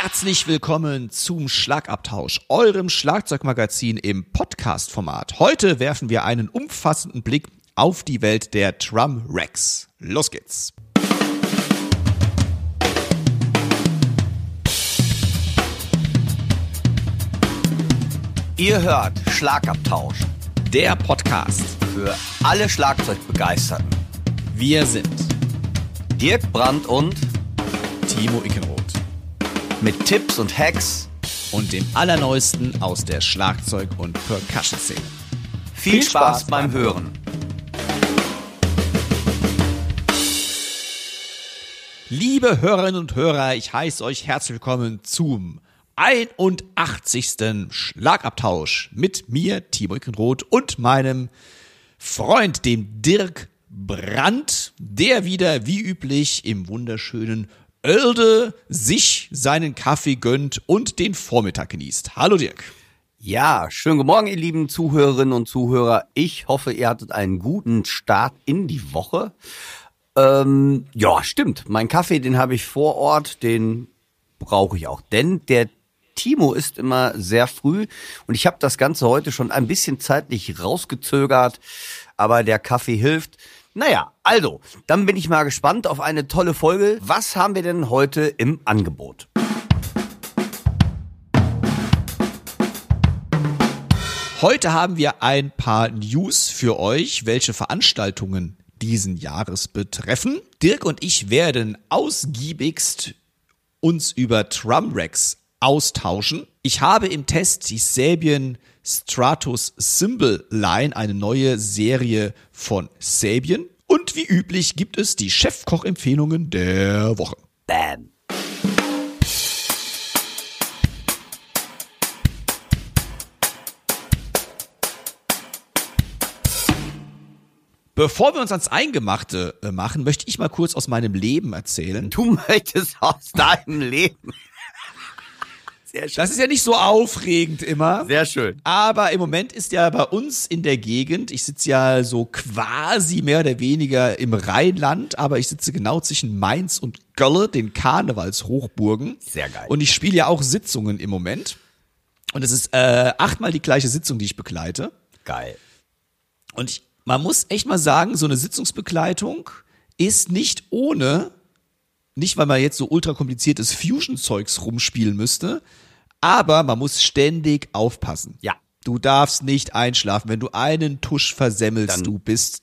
Herzlich willkommen zum Schlagabtausch, eurem Schlagzeugmagazin im Podcast-Format. Heute werfen wir einen umfassenden Blick auf die Welt der Drum Racks. Los geht's! Ihr hört Schlagabtausch, Der Podcast. für alle Schlagzeugbegeisterten. Wir sind Dirk Brandt und Timo Ickenroth mit Tipps und Hacks. und dem Allerneuesten aus der Schlagzeug- und Percussion-Szene. Viel Spaß beim Hören. Liebe Hörerinnen und Hörer, ich heiße euch herzlich willkommen zum 81. Schlagabtausch mit mir, Timo Ickenroth, und meinem Freund, dem Dirk Brandt, der wieder wie üblich im wunderschönen Oelde sich seinen Kaffee gönnt und den Vormittag genießt. Hallo Dirk. Ja, schönen guten Morgen, ihr lieben Zuhörerinnen und Zuhörer. Ich hoffe, ihr hattet einen guten Start in die Woche. Ja, stimmt. Mein Kaffee, den habe ich vor Ort, den brauche ich auch. Denn der Timo ist immer sehr früh und ich habe das Ganze heute schon ein bisschen zeitlich rausgezögert, aber der Kaffee hilft. Naja, also, dann bin ich mal gespannt auf eine tolle Folge. Was haben wir denn heute im Angebot? Heute haben wir ein paar News für euch, welche Veranstaltungen diesen Jahres betreffen. Dirk und ich werden ausgiebigst uns über Drum Racks austauschen. Ich habe im Test die Sabian Stratus Cymbal Line, eine neue Serie von Sabian. Und wie üblich gibt es die Chefkoch-Empfehlungen der Woche. Bam. Bevor wir uns ans Eingemachte machen, möchte ich mal kurz aus meinem Leben erzählen. Du möchtest aus deinem Leben. Sehr schön. Das ist ja nicht so aufregend immer. Sehr schön. Aber im Moment ist ja bei uns in der Gegend, ich sitze ja so quasi mehr oder weniger im Rheinland, aber ich sitze genau zwischen Mainz und Gölle, den Karnevalshochburgen. Sehr geil. Und ich spiele ja auch Sitzungen im Moment. Und es ist 8-mal die gleiche Sitzung, die ich begleite. Geil. Und man muss echt mal sagen, so eine Sitzungsbegleitung ist nicht ohne, nicht weil man jetzt so ultra kompliziertes Fusion-Zeugs rumspielen müsste, aber man muss ständig aufpassen. Ja. Du darfst nicht einschlafen. Wenn du einen Tusch versemmelst, Dann- du bist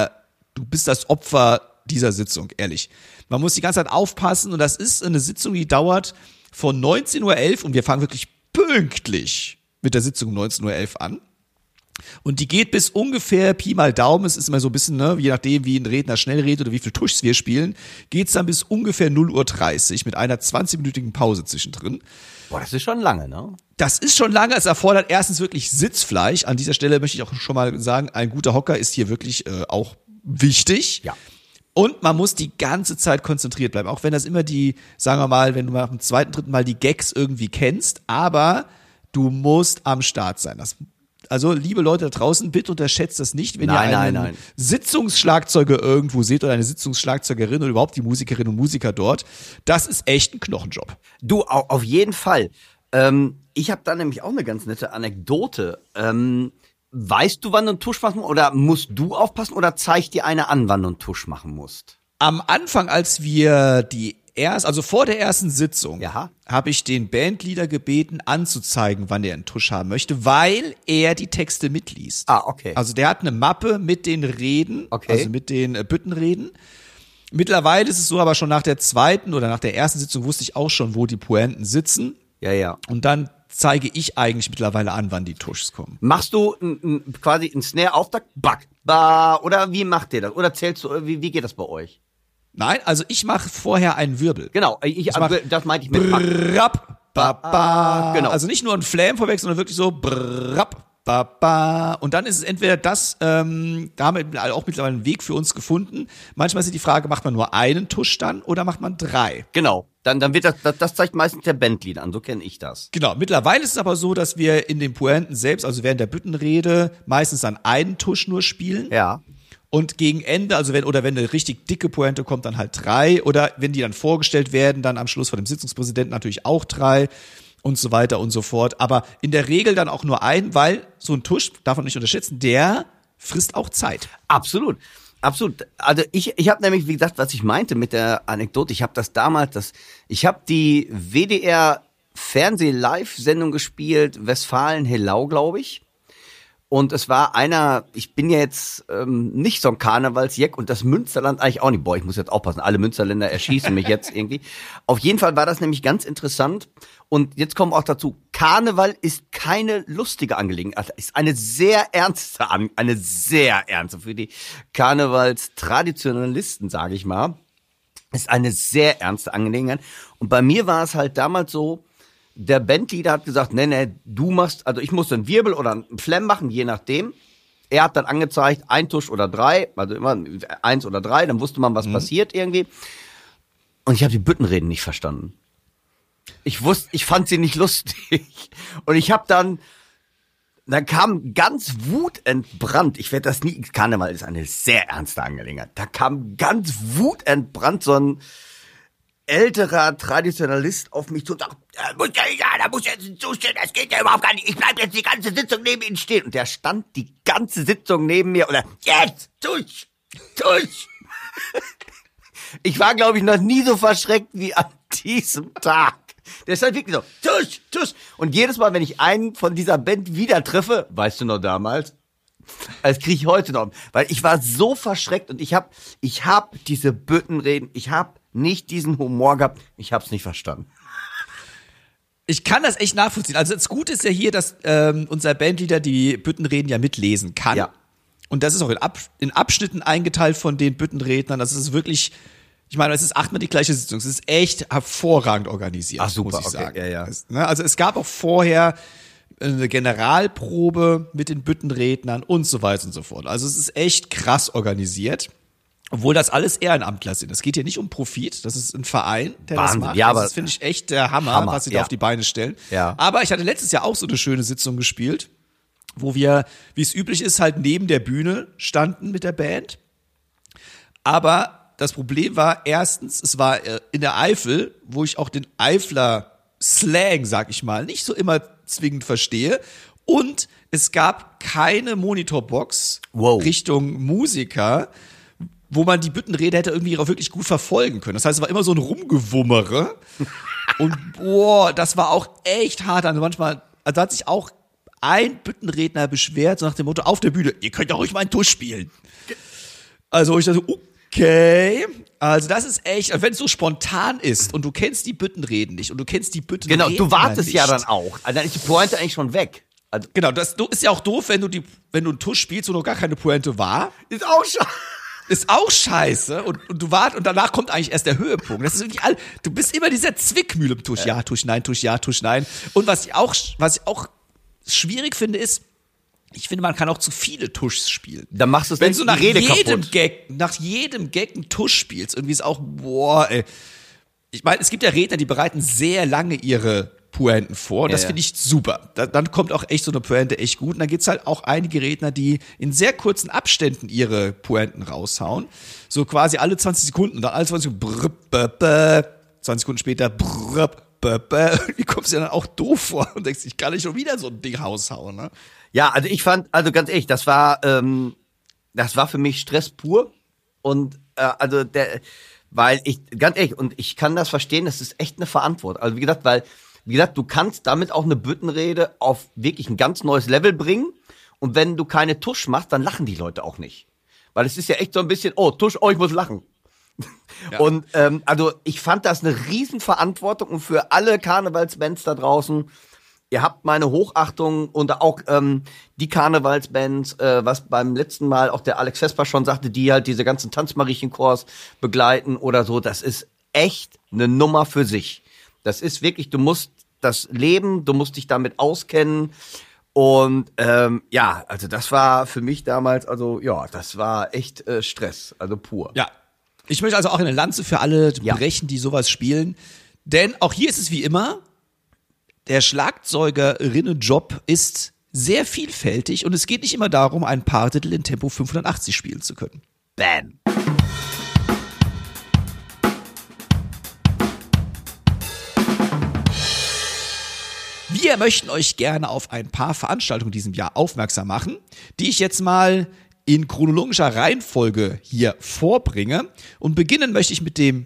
das Opfer dieser Sitzung, ehrlich. Man muss die ganze Zeit aufpassen und das ist eine Sitzung, die dauert von 19:11 Uhr und wir fangen wirklich pünktlich mit der Sitzung um 19:11 Uhr an. Und die geht bis ungefähr Pi mal Daumen, es ist immer so ein bisschen, ne, je nachdem, wie ein Redner schnell redet oder wie viel Tuschs wir spielen, geht's dann bis ungefähr 0:30 Uhr mit einer 20-minütigen Pause zwischendrin. Boah, das ist schon lange, ne? Das ist schon lange, es erfordert erstens wirklich Sitzfleisch. An dieser Stelle möchte ich auch schon mal sagen, ein guter Hocker ist hier wirklich auch wichtig. Ja. Und man muss die ganze Zeit konzentriert bleiben, auch wenn das immer sagen wir mal, wenn du mal am zweiten, dritten Mal die Gags irgendwie kennst, aber du musst am Start sein. Also, liebe Leute da draußen, bitte unterschätzt das nicht, wenn ihr einen Sitzungsschlagzeuger irgendwo seht oder eine Sitzungsschlagzeugerin oder überhaupt die Musikerinnen und Musiker dort. Das ist echt ein Knochenjob. Du, auf jeden Fall. Ich habe da nämlich auch eine ganz nette Anekdote. Weißt du, wann du einen Tusch machen musst? Oder musst du aufpassen? Oder zeigt dir einer an, wann du einen Tusch machen musst? Am Anfang, als wir also vor der ersten Sitzung, Ja. habe ich den Bandleader gebeten, anzuzeigen, wann er einen Tusch haben möchte, weil er die Texte mitliest. Ah, okay. Also der hat eine Mappe mit den Reden, Okay. also mit den Büttenreden. Mittlerweile ist es so, aber schon nach der zweiten oder nach der ersten Sitzung wusste ich auch schon, wo die Pointen sitzen. Ja. Und dann zeige ich eigentlich mittlerweile an, wann die Tuschs kommen. Machst du quasi einen Snare-Auftakt? Back, ba, oder wie macht ihr das? Oder zählst du, wie geht das bei euch? Nein, also ich mache vorher einen Wirbel. Genau, das meinte ich mit Back. Brrrap, ba, ba. Genau. Also nicht nur ein Flam vorweg, sondern wirklich so brrrap, ba, ba. Und dann ist es entweder das, da haben wir auch mittlerweile einen Weg für uns gefunden. Manchmal ist die Frage, macht man nur einen Tusch dann oder macht man 3? Genau, dann wird das zeigt meistens der Bandlead an, so kenne ich das. Genau, mittlerweile ist es aber so, dass wir in den Pointen selbst, also während der Büttenrede, meistens dann einen Tusch nur spielen. Ja. Und gegen Ende, also wenn eine richtig dicke Pointe kommt, dann halt 3. Oder wenn die dann vorgestellt werden, dann am Schluss von dem Sitzungspräsidenten natürlich auch 3 und so weiter und so fort. Aber in der Regel dann auch nur ein, weil so ein Tusch, darf man nicht unterschätzen, der frisst auch Zeit. Absolut. Absolut. Also ich habe nämlich, wie gesagt, was ich meinte mit der Anekdote, ich habe das damals, ich habe die WDR Fernseh-Live-Sendung gespielt, Westfalen-Hellau, glaube ich. Und es war ich bin ja jetzt nicht so ein Karnevalsjeck und das Münsterland eigentlich auch nicht. Boah, ich muss jetzt aufpassen, alle Münsterländer erschießen mich jetzt irgendwie. Auf jeden Fall war das nämlich ganz interessant. Und jetzt kommen wir auch dazu, Karneval ist keine lustige Angelegenheit, ist eine sehr ernste für die Karnevalstraditionalisten, sage ich mal, ist eine sehr ernste Angelegenheit. Und bei mir war es halt damals so, der Bandleader hat gesagt, nee, du machst, also ich musste einen Wirbel oder einen Flamm machen, je nachdem. Er hat dann angezeigt, 1 Tusch oder 3, also immer 1 oder 3, dann wusste man, was passiert irgendwie. Und ich habe die Büttenreden nicht verstanden. Ich fand sie nicht lustig. Und ich habe dann kam ganz wutentbrannt, ich werde das nie, Karneval ist eine sehr ernste Angelegenheit, da kam ganz wutentbrannt so ein älterer Traditionalist auf mich zu und sagt, da muss jetzt zustehen, das geht ja überhaupt gar nicht, ich bleib jetzt die ganze Sitzung neben Ihnen stehen. Und der stand die ganze Sitzung neben mir und er, jetzt, tusch. Ich war, glaube ich, noch nie so verschreckt wie an diesem Tag. Der ist halt wirklich so, tusch. Und jedes Mal, wenn ich einen von dieser Band wieder treffe, weißt du noch damals, das kriege ich heute noch, weil ich war so verschreckt und ich hab diese Büttenreden, ich habe nicht diesen Humor gehabt, ich habe es nicht verstanden. Ich kann das echt nachvollziehen. Also das Gute ist ja hier, dass unser Bandleader die Büttenreden ja mitlesen kann. Ja. Und das ist auch in Abschnitten eingeteilt von den Büttenrednern. Das ist wirklich, ich meine, es ist 8-mal die gleiche Sitzung. Es ist echt hervorragend organisiert, Ach, super, muss ich sagen. Ja. Also es gab auch vorher eine Generalprobe mit den Büttenrednern und so weiter und so fort. Also es ist echt krass organisiert. Obwohl das alles Ehrenamtler sind. Es geht hier nicht um Profit. Das ist ein Verein, der Wahnsinn. das macht. Ja, aber das finde ich echt der Hammer, was sie da auf die Beine stellen. Ja. Aber ich hatte letztes Jahr auch so eine schöne Sitzung gespielt, wo wir, wie es üblich ist, halt neben der Bühne standen mit der Band. Aber das Problem war erstens, es war in der Eifel, wo ich auch den Eifler Slang, sag ich mal, nicht so immer zwingend verstehe. Und es gab keine Monitorbox Richtung Musiker, wo man die Büttenrede hätte irgendwie auch wirklich gut verfolgen können. Das heißt, es war immer so ein Rumgewummere. Und das war auch echt hart. Also manchmal, da hat sich auch ein Büttenredner beschwert, so nach dem Motto, auf der Bühne, ihr könnt doch ruhig mal einen Tusch spielen. Also ich dachte, okay. Also das ist echt, wenn es so spontan ist und du kennst die Büttenreden nicht und du kennst die Büttenredner Genau, du wartest nicht. ja dann auch. Also dann ist die Pointe eigentlich schon weg. Also genau, das ist ja auch doof, wenn du einen Tusch spielst, wo noch gar keine Pointe war. ist auch schon. Ist auch scheiße und du wartest und danach kommt eigentlich erst der Höhepunkt. Das ist wirklich du bist immer dieser Zwickmühle im Tusch. Ja, Tusch, nein, Tusch, ja, Tusch, nein. Und was ich auch schwierig finde, ist, ich finde, man kann auch zu viele Tuschs spielen. Dann machst du es wenn du nach Rede jedem kaputt. Gag einen Tusch spielst, irgendwie ist auch, ey. Ich meine, es gibt ja Redner, die bereiten sehr lange ihre Pointen vor. Und das finde ich super. Dann kommt auch echt so eine Pointe echt gut. Und dann gibt's halt auch einige Redner, die in sehr kurzen Abständen ihre Pointen raushauen. So quasi alle 20 Sekunden. Und dann alle 20 Sekunden, 20 Sekunden später, irgendwie kommst du dir dann auch doof vor und denkst, ich kann nicht schon wieder so ein Ding raushauen. Ne? Ja, also ich fand, also ganz ehrlich, das war für mich Stress pur. Und weil ich, ganz ehrlich, und ich kann das verstehen, das ist echt eine Verantwortung. Also wie gesagt, du kannst damit auch eine Büttenrede auf wirklich ein ganz neues Level bringen. Und wenn du keine Tusch machst, dann lachen die Leute auch nicht. Weil es ist ja echt so ein bisschen, Tusch, ich muss lachen. Ja. Und also ich fand das eine Riesenverantwortung und für alle Karnevalsbands da draußen, ihr habt meine Hochachtung und auch die Karnevalsbands, was beim letzten Mal auch der Alex Vesper schon sagte, die halt diese ganzen Tanzmariechen-Chors begleiten oder so, das ist echt eine Nummer für sich. Das ist wirklich, du musst das leben, du musst dich damit auskennen. Und also das war für mich damals, das war echt Stress, also pur. Ja, ich möchte also auch eine Lanze für alle brechen, die sowas spielen. Denn auch hier ist es wie immer, der Schlagzeugerinnenjob ist sehr vielfältig und es geht nicht immer darum, einen Paartitel in Tempo 580 spielen zu können. Bam. Wir möchten euch gerne auf ein paar Veranstaltungen in diesem Jahr aufmerksam machen, die ich jetzt mal in chronologischer Reihenfolge hier vorbringe. Und beginnen möchte ich mit dem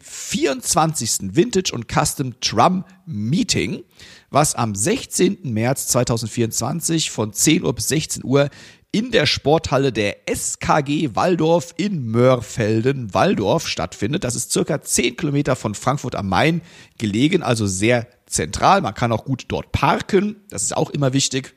24. Vintage und Custom Drum Meeting, was am 16. März 2024 von 10 Uhr bis 16 Uhr in der Sporthalle der SKG Walldorf in Mörfelden-Walldorf stattfindet. Das ist circa 10 Kilometer von Frankfurt am Main gelegen, also sehr zentral. Man kann auch gut dort parken, das ist auch immer wichtig.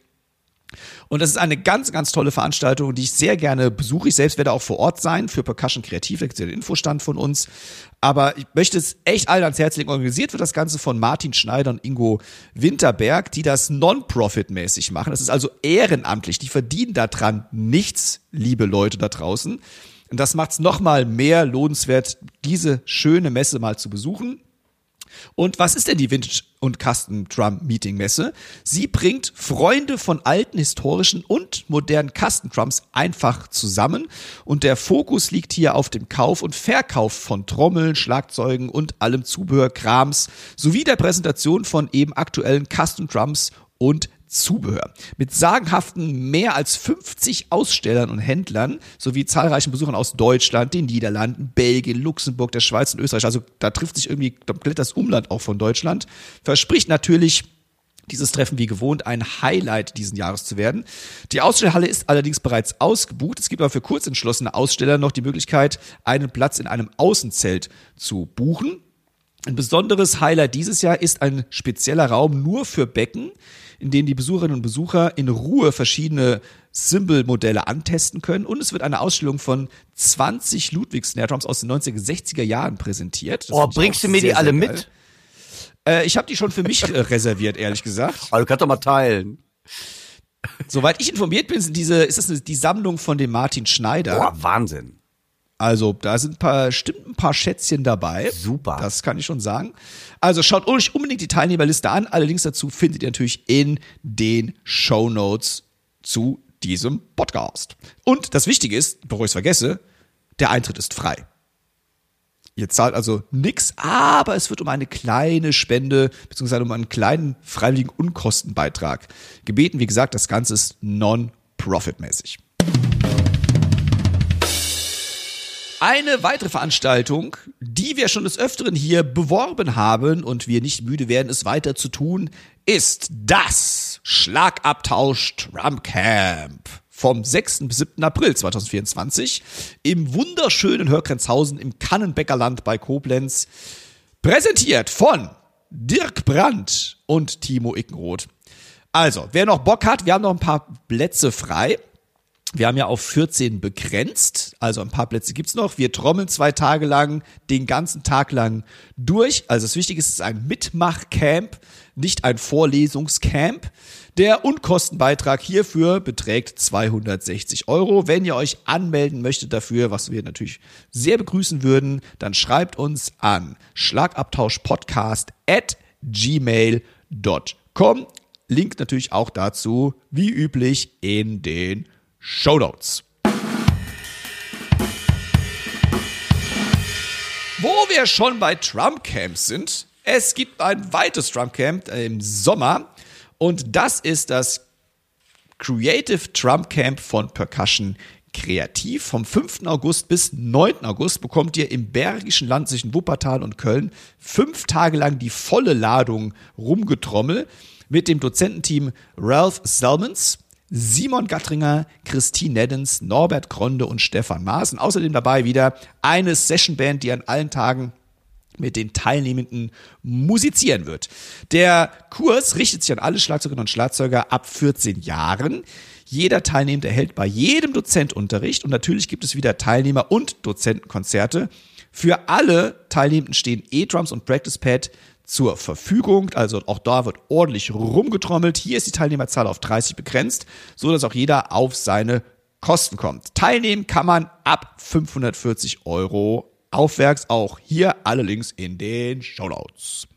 Und das ist eine ganz, ganz tolle Veranstaltung, die ich sehr gerne besuche. Ich selbst werde auch vor Ort sein für Percussion Kreativ, da gibt es ja den Infostand von uns. Aber ich möchte es echt allen ans Herz legen. Organisiert wird das Ganze von Martin Schneider und Ingo Winterberg, die das Non-Profit-mäßig machen. Das ist also ehrenamtlich. Die verdienen daran nichts, liebe Leute da draußen. Und das macht es nochmal mehr lohnenswert, diese schöne Messe mal zu besuchen. Und was ist denn die Vintage und Custom Drum Meeting Messe? Sie bringt Freunde von alten, historischen und modernen Custom Drums einfach zusammen und der Fokus liegt hier auf dem Kauf und Verkauf von Trommeln, Schlagzeugen und allem Zubehörkrams sowie der Präsentation von eben aktuellen Custom Drums und Zubehör. Mit sagenhaften mehr als 50 Ausstellern und Händlern sowie zahlreichen Besuchern aus Deutschland, den Niederlanden, Belgien, Luxemburg, der Schweiz und Österreich, also da trifft sich irgendwie komplett das Umland auch von Deutschland, verspricht natürlich dieses Treffen wie gewohnt ein Highlight diesen Jahres zu werden. Die Ausstellerhalle ist allerdings bereits ausgebucht. Es gibt aber für kurzentschlossene Aussteller noch die Möglichkeit, einen Platz in einem Außenzelt zu buchen. Ein besonderes Highlight dieses Jahr ist ein spezieller Raum nur für Becken, in denen die Besucherinnen und Besucher in Ruhe verschiedene Cymbal-Modelle antesten können. Und es wird eine Ausstellung von 20 Ludwig Snare Drums aus den 1960er Jahren präsentiert. Das bringst du mir die alle mit? Ich habe die schon für mich reserviert, ehrlich gesagt. Aber du kannst doch mal teilen. Soweit ich informiert bin, ist das die Sammlung von dem Martin Schneider. Boah, Wahnsinn. Also da sind ein paar Schätzchen dabei. Super. Das kann ich schon sagen. Also schaut euch unbedingt die Teilnehmerliste an. Alle Links dazu findet ihr natürlich in den Shownotes zu diesem Podcast. Und das Wichtige ist, bevor ich es vergesse, der Eintritt ist frei. Ihr zahlt also nix, aber es wird um eine kleine Spende bzw. um einen kleinen freiwilligen Unkostenbeitrag gebeten. Wie gesagt, das Ganze ist non-profit-mäßig. Eine weitere Veranstaltung, die wir schon des Öfteren hier beworben haben und wir nicht müde werden, es weiter zu tun, ist das Schlagabtausch Drum Camp vom 6. bis 7. April 2024 im wunderschönen Hörgrenzhausen im Kannenbäckerland bei Koblenz. Präsentiert von Dirk Brandt und Timo Ickenroth. Also, wer noch Bock hat, wir haben noch ein paar Plätze frei. Wir haben ja auf 14 begrenzt, also ein paar Plätze gibt's noch. Wir trommeln 2 Tage lang, den ganzen Tag lang durch. Also das Wichtige ist, es ist ein Mitmachcamp, nicht ein Vorlesungscamp. Der Unkostenbeitrag hierfür beträgt 260 €. Wenn ihr euch anmelden möchtet dafür, was wir natürlich sehr begrüßen würden, dann schreibt uns an schlagabtauschpodcast@gmail.com. Link natürlich auch dazu, wie üblich, in den Shownotes. Wo wir schon bei Drumcamps sind, es gibt ein weiteres Drumcamp im Sommer und das ist das Creative Drumcamp von Percussion Kreativ. Vom 5. August bis 9. August bekommt ihr im Bergischen Land zwischen Wuppertal und Köln 5 Tage lang die volle Ladung Rumgetrommel mit dem Dozententeam Ralph Salmons, Simon Gattringer, Christine Neddens, Norbert Gronde und Stefan Maas. Und außerdem dabei wieder eine Sessionband, die an allen Tagen mit den Teilnehmenden musizieren wird. Der Kurs richtet sich an alle Schlagzeugerinnen und Schlagzeuger ab 14 Jahren. Jeder Teilnehmende erhält bei jedem Dozent Unterricht und natürlich gibt es wieder Teilnehmer- und Dozentenkonzerte. Für alle Teilnehmenden stehen E-Drums und Practice Pad zur Verfügung, also auch da wird ordentlich rumgetrommelt. Hier ist die Teilnehmerzahl auf 30 begrenzt, so dass auch jeder auf seine Kosten kommt. Teilnehmen kann man ab 540 € aufwärts. Auch hier alle Links in den Shownotes.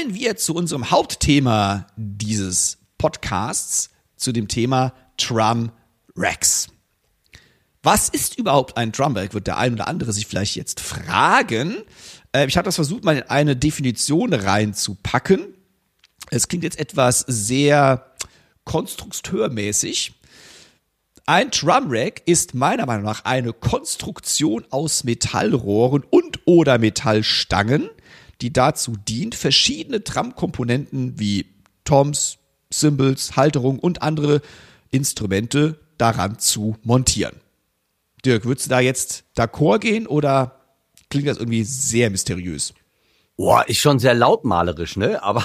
kommen wir zu unserem Hauptthema dieses Podcasts, zu dem Thema Drum Racks. Was ist überhaupt ein Drum Rack, wird der ein oder andere sich vielleicht jetzt fragen. Ich habe das versucht, mal in eine Definition reinzupacken. Es klingt jetzt etwas sehr konstrukteurmäßig. Ein Drum Rack ist meiner Meinung nach eine Konstruktion aus Metallrohren und oder Metallstangen, die dazu dient, verschiedene Drumkomponenten wie Toms, Cymbals, Halterung und andere Instrumente daran zu montieren. Dirk, würdest du da jetzt d'accord gehen oder klingt das irgendwie sehr mysteriös? Boah, ist schon sehr lautmalerisch, ne? Aber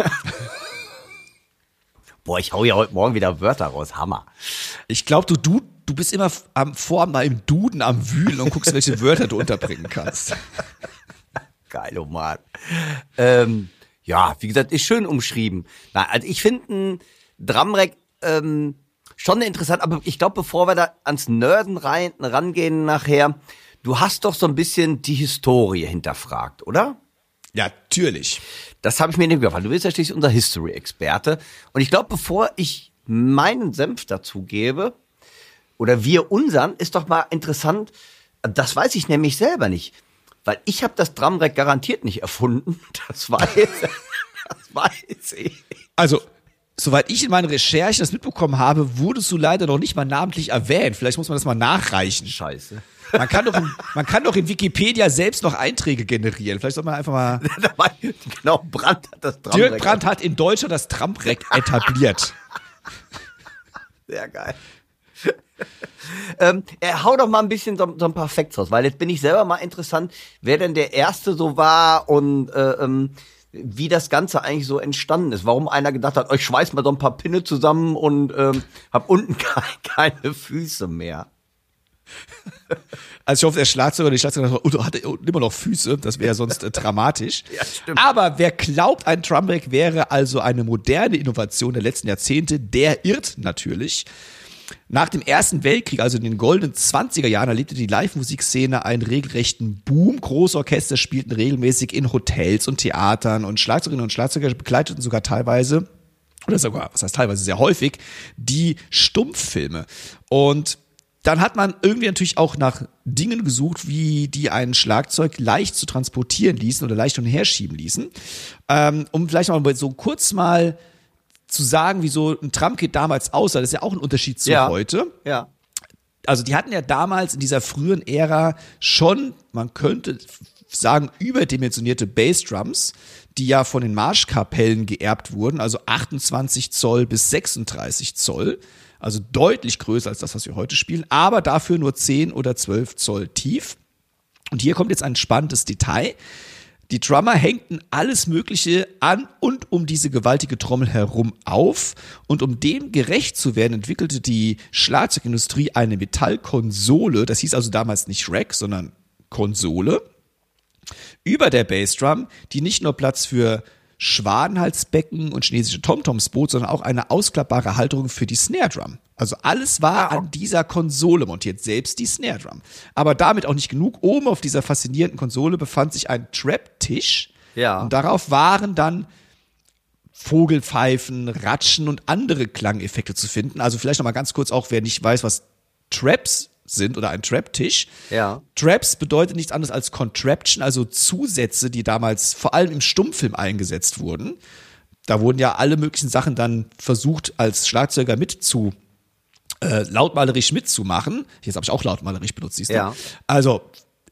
boah, ich hau ja heute Morgen wieder Wörter raus. Hammer. Ich glaube, du bist immer am Vorabend mal im Duden am Wühlen und guckst, welche Wörter du unterbringen kannst. Geil, oh Mann. Ja, wie gesagt, ist schön umschrieben. Na, also ich finde ein Drumrack schon interessant, aber ich glaube, bevor wir da ans Nerden rangehen nachher, du hast doch so ein bisschen die Historie hinterfragt, oder? Ja, natürlich. Das habe ich mir nicht gedacht, weil du bist ja schließlich unser History-Experte. Und ich glaube, bevor ich meinen Senf dazu gebe, oder wir unseren, ist doch mal interessant, das weiß ich nämlich selber nicht. Weil ich habe das Drumrack garantiert nicht erfunden. Das weiß ich. Also, soweit ich in meinen Recherchen das mitbekommen habe, wurdest du leider noch nicht mal namentlich erwähnt. Vielleicht muss man das mal nachreichen. Scheiße. Man kann doch in Wikipedia selbst noch Einträge generieren. Vielleicht soll man einfach mal. Genau, Brandt hat das Drumrack. Dirk Brandt hat in Deutschland das Drumrack etabliert. Sehr geil. Hau doch mal ein bisschen so ein paar Facts raus, weil jetzt bin ich selber mal interessant, wer denn der Erste so war und wie das Ganze eigentlich so entstanden ist. Warum einer gedacht hat, ich schweiß mal so ein paar Pinne zusammen und hab unten keine Füße mehr. Also ich hoffe, der Schlagzeuger, die Schlagzeuger hat immer noch Füße, das wäre sonst dramatisch. Ja, stimmt. Aber wer glaubt, ein Drumrack wäre also eine moderne Innovation der letzten Jahrzehnte, der irrt natürlich. Nach dem Ersten Weltkrieg, also in den goldenen 20er Jahren, erlebte die Live-Musikszene einen regelrechten Boom. Großorchester spielten regelmäßig in Hotels und Theatern und Schlagzeugerinnen und Schlagzeuger begleiteten sogar teilweise, oder sogar, was heißt teilweise, sehr häufig, die Stummfilme. Und dann hat man irgendwie natürlich auch nach Dingen gesucht, wie die ein Schlagzeug leicht zu transportieren ließen oder leicht umherschieben ließen. Um vielleicht mal so kurz mal zu sagen, wie so ein Drumkit damals aussah, das ist ja auch ein Unterschied zu heute. Ja. Also die hatten ja damals in dieser frühen Ära schon, man könnte sagen, überdimensionierte Bassdrums, die ja von den Marschkapellen geerbt wurden, also 28 Zoll bis 36 Zoll. Also deutlich größer als das, was wir heute spielen, aber dafür nur 10 oder 12 Zoll tief. Und hier kommt jetzt ein spannendes Detail. Die Drummer hängten alles Mögliche an und um diese gewaltige Trommel herum auf. Und um dem gerecht zu werden, entwickelte die Schlagzeugindustrie eine Metallkonsole, das hieß also damals nicht Rack, sondern Konsole, über der Bassdrum, die nicht nur Platz für Schwanenhalsbecken und chinesische Tomtoms bot, sondern auch eine ausklappbare Halterung für die Snare Drum. Also alles war an dieser Konsole montiert, selbst die Snare Drum. Aber damit auch nicht genug. Oben auf dieser faszinierenden Konsole befand sich ein Trap-Tisch. Ja. Und darauf waren dann Vogelpfeifen, Ratschen und andere Klangeffekte zu finden. Also vielleicht noch mal ganz kurz auch, wer nicht weiß, was Traps sind oder ein Trap-Tisch. Ja. Traps bedeutet nichts anderes als Contraption, also Zusätze, die damals vor allem im Stummfilm eingesetzt wurden. Da wurden ja alle möglichen Sachen dann versucht, als Schlagzeuger lautmalerisch mitzumachen. Jetzt habe ich auch lautmalerisch benutzt, siehst du? Ja. Also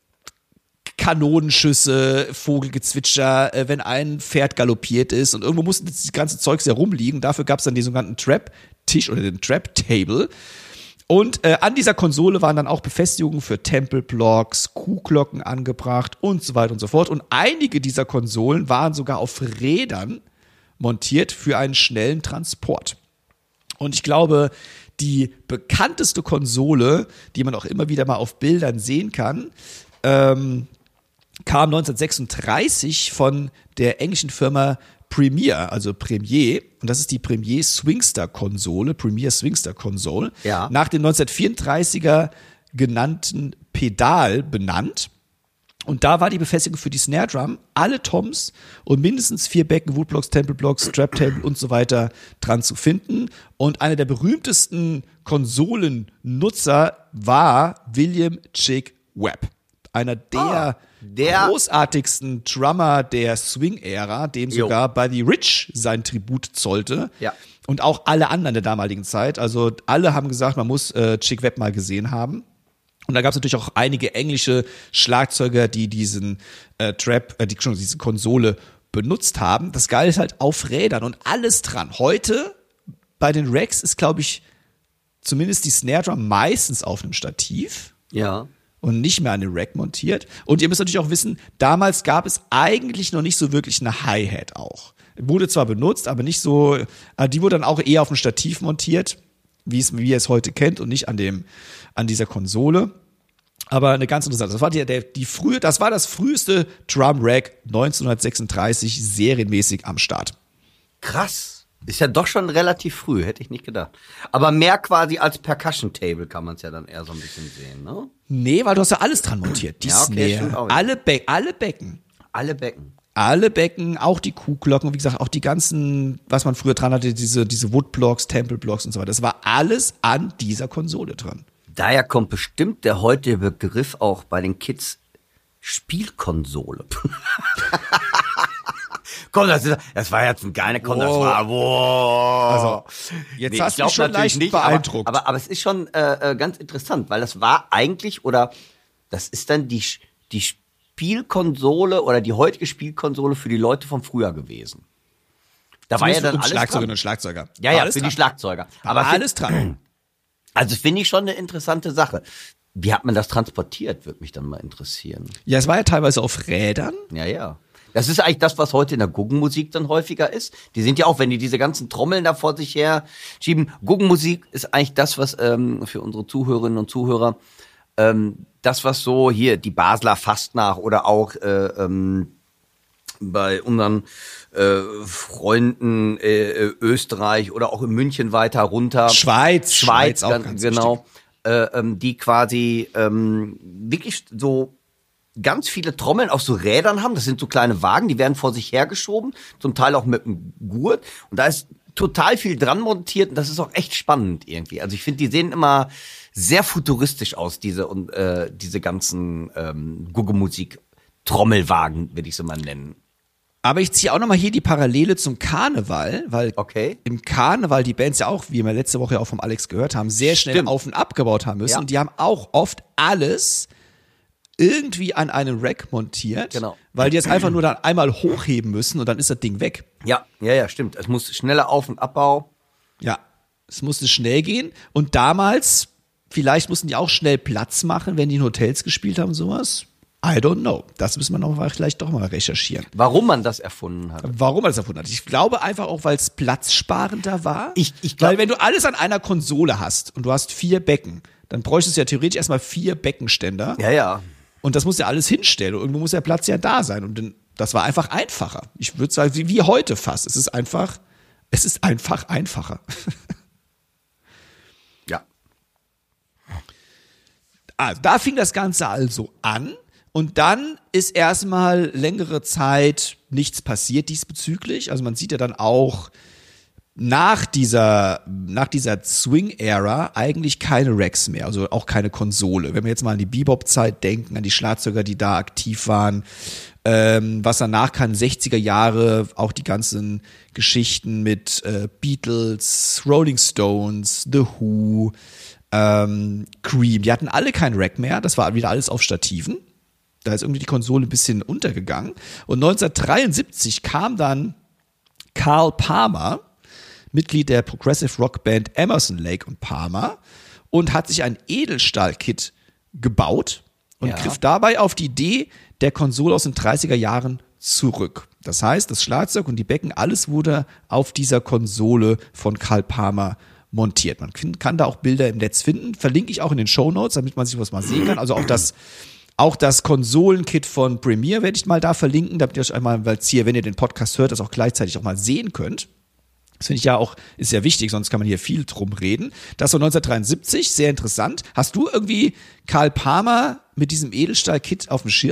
Kanonenschüsse, Vogelgezwitscher, wenn ein Pferd galoppiert ist und irgendwo musste das ganze Zeugs ja rumliegen. Dafür gab es dann den sogenannten Trap-Tisch oder den Trap-Table. Und an dieser Konsole waren dann auch Befestigungen für Tempelblocks, Kuhglocken angebracht und so weiter und so fort. Und einige dieser Konsolen waren sogar auf Rädern montiert für einen schnellen Transport. Und ich glaube, die bekannteste Konsole, die man auch immer wieder mal auf Bildern sehen kann, kam 1936 von der englischen Firma Premier, also Premier, und das ist die Premier Swingstar Konsole, Premier Swingstar Console, nach dem 1934er genannten Pedal benannt. Und da war die Befestigung für die Snare Drum, alle Toms und mindestens 4 Becken, Woodblocks, Temple Blocks, Strap Table und so weiter dran zu finden. Und einer der berühmtesten Konsolennutzer war William Chick Webb. Einer der großartigsten Drummer der Swing-Ära, dem sogar Buddy Rich sein Tribut zollte. Ja. Und auch alle anderen der damaligen Zeit. Also alle haben gesagt, man muss Chick Webb mal gesehen haben. Und da gab es natürlich auch einige englische Schlagzeuger, die diesen diese Konsole benutzt haben. Das Geile ist halt auf Rädern und alles dran. Heute bei den Racks ist, glaube ich, zumindest die Snare Drum meistens auf einem Stativ. Ja. Und nicht mehr an den Rack montiert. Und ihr müsst natürlich auch wissen, damals gab es eigentlich noch nicht so wirklich eine Hi-Hat auch. Wurde zwar benutzt, aber nicht so, die wurde dann auch eher auf dem Stativ montiert, wie ihr es heute kennt und nicht an dieser Konsole. Aber eine ganz interessante. Das war das früheste Drum Rack 1936 serienmäßig am Start. Krass. Ist ja doch schon relativ früh, hätte ich nicht gedacht. Aber mehr quasi als Percussion Table kann man es ja dann eher so ein bisschen sehen, ne? Nee, weil du hast ja alles dran montiert. Die Snare, alle Becken. Alle Becken. Alle Becken, auch die Kuhglocken, wie gesagt, auch die ganzen, was man früher dran hatte, diese Woodblocks, Temple Blocks und so weiter. Das war alles an dieser Konsole dran. Daher kommt bestimmt der heutige Begriff auch bei den Kids Spielkonsole. Komm, das war jetzt ein geiler Konsole. Das war, wow. Also, jetzt hast du mich schon leicht nicht beeindruckt. Aber es ist schon ganz interessant, weil das war eigentlich, oder das ist dann die Spielkonsole oder die heutige Spielkonsole für die Leute von früher gewesen. Da war ja dann alles Schlagzeugerinnen und Schlagzeuger. Ja, für die Schlagzeuger. Aber alles dran. Also finde ich schon eine interessante Sache. Wie hat man das transportiert, würde mich dann mal interessieren. Ja, es war ja teilweise auf Rädern. Ja. Das ist eigentlich das, was heute in der Guggenmusik dann häufiger ist. Die sind ja auch, wenn die diese ganzen Trommeln da vor sich her schieben. Guggenmusik ist eigentlich das, was für unsere Zuhörerinnen und Zuhörer das, was so hier die Basler Fastnacht oder auch bei unseren Freunden Österreich oder auch in München weiter runter. Schweiz auch ganz genau. Die quasi wirklich so ganz viele Trommeln auf so Rädern haben. Das sind so kleine Wagen, die werden vor sich hergeschoben, zum Teil auch mit einem Gurt. Und da ist total viel dran montiert und das ist auch echt spannend irgendwie. Also ich finde, die sehen immer sehr futuristisch aus, diese ganzen Guggemusik-Trommelwagen, würde ich so mal nennen. Aber ich ziehe auch nochmal hier die Parallele zum Karneval, weil im Karneval die Bands ja auch, wie wir letzte Woche auch vom Alex gehört haben, sehr schnell auf und abgebaut haben müssen. Ja. Und die haben auch oft alles irgendwie an einem Rack montiert, weil die es einfach nur dann einmal hochheben müssen und dann ist das Ding weg. Ja, stimmt. Es muss schneller Auf- und Abbau. Ja, es musste schnell gehen. Und damals, vielleicht mussten die auch schnell Platz machen, wenn die in Hotels gespielt haben, sowas. I don't know. Das müssen wir noch vielleicht doch mal recherchieren. Warum man das erfunden hat. Ich glaube einfach auch, weil es platzsparender war. Ich glaub, weil wenn du alles an einer Konsole hast und du hast 4 Becken, dann bräuchtest du ja theoretisch erstmal 4 Beckenständer. Ja. Und das muss ja alles hinstellen. Und irgendwo muss der Platz ja da sein. Und das war einfach einfacher. Ich würde sagen, wie heute fast. Es ist einfach einfacher. Ja. Also, da fing das Ganze also an. Und dann ist erstmal längere Zeit nichts passiert diesbezüglich. Also man sieht ja dann auch nach dieser Swing-Ära eigentlich keine Racks mehr, also auch keine Konsole. Wenn wir jetzt mal an die Bebop-Zeit denken, an die Schlagzeuger, die da aktiv waren, was danach kam, 60er Jahre, auch die ganzen Geschichten mit Beatles, Rolling Stones, The Who, Cream, die hatten alle kein Rack mehr, das war wieder alles auf Stativen. Da ist irgendwie die Konsole ein bisschen untergegangen. Und 1973 kam dann Carl Palmer, Mitglied der Progressive Rock Band Emerson, Lake und Palmer, und hat sich ein Edelstahl-Kit gebaut und griff dabei auf die Idee der Konsole aus den 30er Jahren zurück. Das heißt, das Schlagzeug und die Becken, alles wurde auf dieser Konsole von Carl Palmer montiert. Man kann da auch Bilder im Netz finden, verlinke ich auch in den Shownotes, damit man sich was mal sehen kann. Also auch das Konsolenkit von Premiere werde ich mal da verlinken, damit ihr euch einmal, weil es hier, wenn ihr den Podcast hört, das auch gleichzeitig auch mal sehen könnt. Das finde ich ja auch, ist ja wichtig, sonst kann man hier viel drum reden. Das war 1973, sehr interessant. Hast du irgendwie Carl Palmer mit diesem Edelstahl-Kit auf dem Schirm?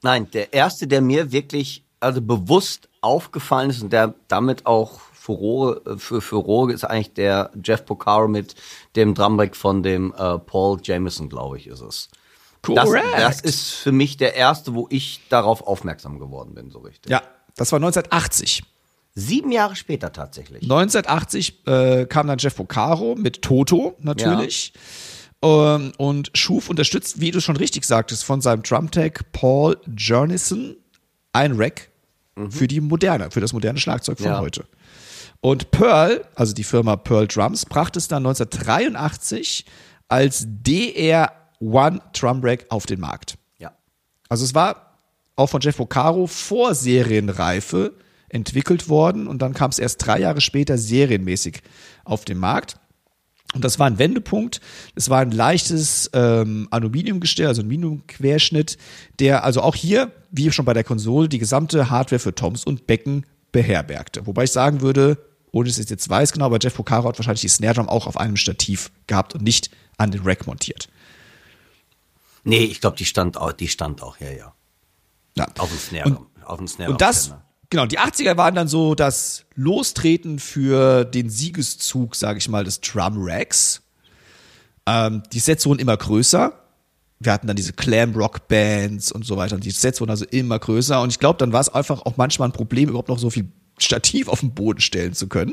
Nein, der erste, der mir wirklich also bewusst aufgefallen ist und der damit auch für Furore ist eigentlich der Jeff Porcaro mit dem Drumrack von dem Paul Jameson, glaube ich, ist es. Korrekt. Das ist für mich der erste, wo ich darauf aufmerksam geworden bin, so richtig. Ja, das war 1980. 7 Jahre später tatsächlich. 1980 kam dann Jeff Porcaro mit Toto natürlich und schuf, unterstützt, wie du schon richtig sagtest, von seinem Drumtech Paul Jernison ein Rack für das moderne Schlagzeug von heute. Und Pearl, also die Firma Pearl Drums, brachte es dann 1983 als DR-1 Drum Rack auf den Markt. Ja. Also es war auch von Jeff Porcaro vor Serienreife entwickelt worden und dann kam es erst 3 Jahre später serienmäßig auf den Markt. Und das war ein Wendepunkt. Es war ein leichtes Aluminiumgestell, also ein Aluminiumquerschnitt, der also auch hier, wie schon bei der Konsole, die gesamte Hardware für Toms und Becken beherbergte. Wobei ich sagen würde, ohne dass ich es jetzt weiß genau, aber Jeff Porcaro hat wahrscheinlich die Snare Drum auch auf einem Stativ gehabt und nicht an den Rack montiert. Nee, ich glaube, die stand auch, ja. Auf dem Snare Drum. Und das, genau, die 80er waren dann so das Lostreten für den Siegeszug, sage ich mal, des Drum Racks. Die Sets wurden immer größer. Wir hatten dann diese Glam-Rock-Bands und so weiter. Und die Sets wurden also immer größer. Und ich glaube, dann war es einfach auch manchmal ein Problem, überhaupt noch so viel Stativ auf den Boden stellen zu können.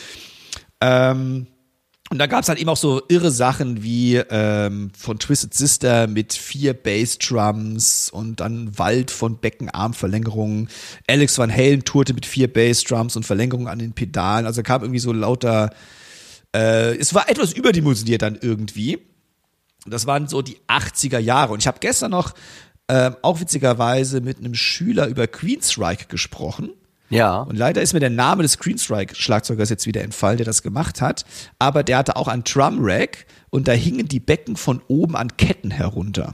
Und da gab es halt eben auch so irre Sachen wie von Twisted Sister mit 4 Bassdrums und dann Wald von Beckenarmverlängerungen. Alex Van Halen tourte mit 4 Bassdrums und Verlängerungen an den Pedalen. Also kam irgendwie so lauter, es war etwas überdimensioniert dann irgendwie. Das waren so die 80er Jahre. Und ich habe gestern noch auch witzigerweise mit einem Schüler über Queensryche gesprochen. Ja. Und leider ist mir der Name des Queensryche-Schlagzeugers jetzt wieder entfallen, der das gemacht hat. Aber der hatte auch ein Drumrack und da hingen die Becken von oben an Ketten herunter.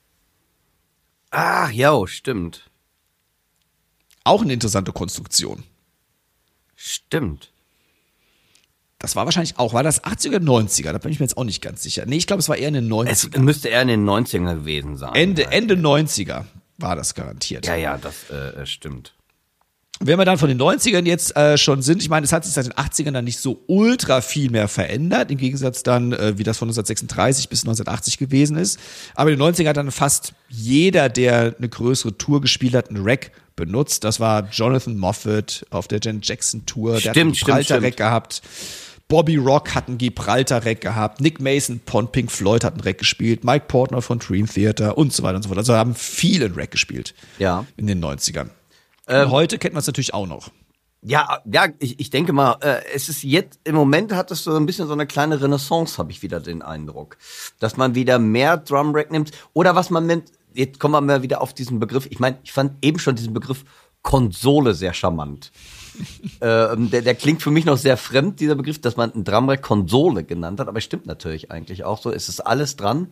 Ach, ja, stimmt. Auch eine interessante Konstruktion. Stimmt. Das war wahrscheinlich auch, war das 80er, 90er? Da bin ich mir jetzt auch nicht ganz sicher. Nee, ich glaube, es war eher in den 90er. Es müsste eher in den 90er gewesen sein. Ende 90er war das garantiert. Ja, das stimmt. Wenn wir dann von den 90ern jetzt schon sind, ich meine, es hat sich seit den 80ern dann nicht so ultra viel mehr verändert, im Gegensatz dann, wie das von 1936 bis 1980 gewesen ist. Aber in den 90ern hat dann fast jeder, der eine größere Tour gespielt hat, einen Rack benutzt. Das war Jonathan Moffett auf der Janet Jackson Tour, der hat einen Gibraltar-Rack gehabt. Bobby Rock hat einen Gibraltar-Rack gehabt. Nick Mason von Pink Floyd hat einen Rack gespielt. Mike Portnoy von Dream Theater und so weiter und so fort. Also haben viele einen Rack gespielt in den 90ern. Heute kennt man es natürlich auch noch. Ja, ich denke mal, es ist jetzt, im Moment hat es so ein bisschen so eine kleine Renaissance, habe ich wieder den Eindruck. Dass man wieder mehr Drumrack nimmt. Oder was man nennt, jetzt kommen wir mal wieder auf diesen Begriff. Ich meine, ich fand eben schon diesen Begriff Konsole sehr charmant. Der klingt für mich noch sehr fremd, dieser Begriff, dass man einen Drumrack Konsole genannt hat. Aber es stimmt natürlich eigentlich auch so. Es ist alles dran.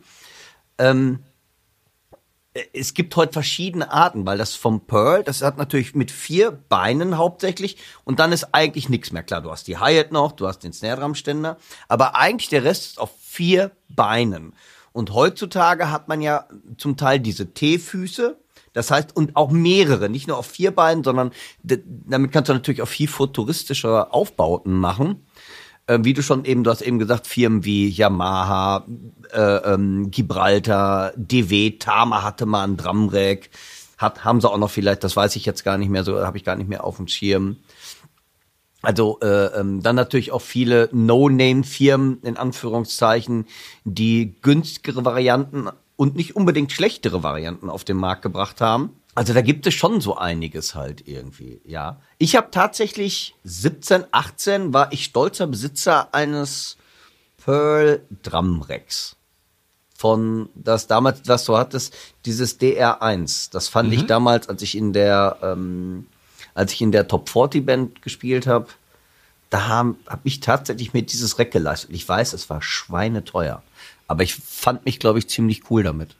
Es gibt heute verschiedene Arten, weil das vom Pearl, das hat natürlich mit 4 Beinen hauptsächlich und dann ist eigentlich nichts mehr. Klar, du hast die Hi-Hat noch, du hast den Snare-Drum-Ständer, aber eigentlich der Rest ist auf 4 Beinen. Und heutzutage hat man ja zum Teil diese T-Füße, das heißt, und auch mehrere, nicht nur auf 4 Beinen, sondern damit kannst du natürlich auch viel futuristische Aufbauten machen. Wie du hast eben gesagt, Firmen wie Yamaha, Gibraltar, DW, Tama hatte mal einen Drumrack, haben sie auch noch vielleicht, das weiß ich jetzt gar nicht mehr, so habe ich gar nicht mehr auf dem Schirm. Also dann natürlich auch viele No-Name-Firmen, in Anführungszeichen, die günstigere Varianten und nicht unbedingt schlechtere Varianten auf den Markt gebracht haben. Also da gibt es schon so einiges halt irgendwie, ja. Ich habe tatsächlich 17, 18 war ich stolzer Besitzer eines Pearl Drumracks. Von das damals, was du hattest, dieses DR1. Das fand ich damals, als ich in der Top 40 Band gespielt habe, da hab ich tatsächlich mir dieses Rack geleistet. Ich weiß, es war schweineteuer. Aber ich fand mich, glaube ich, ziemlich cool damit.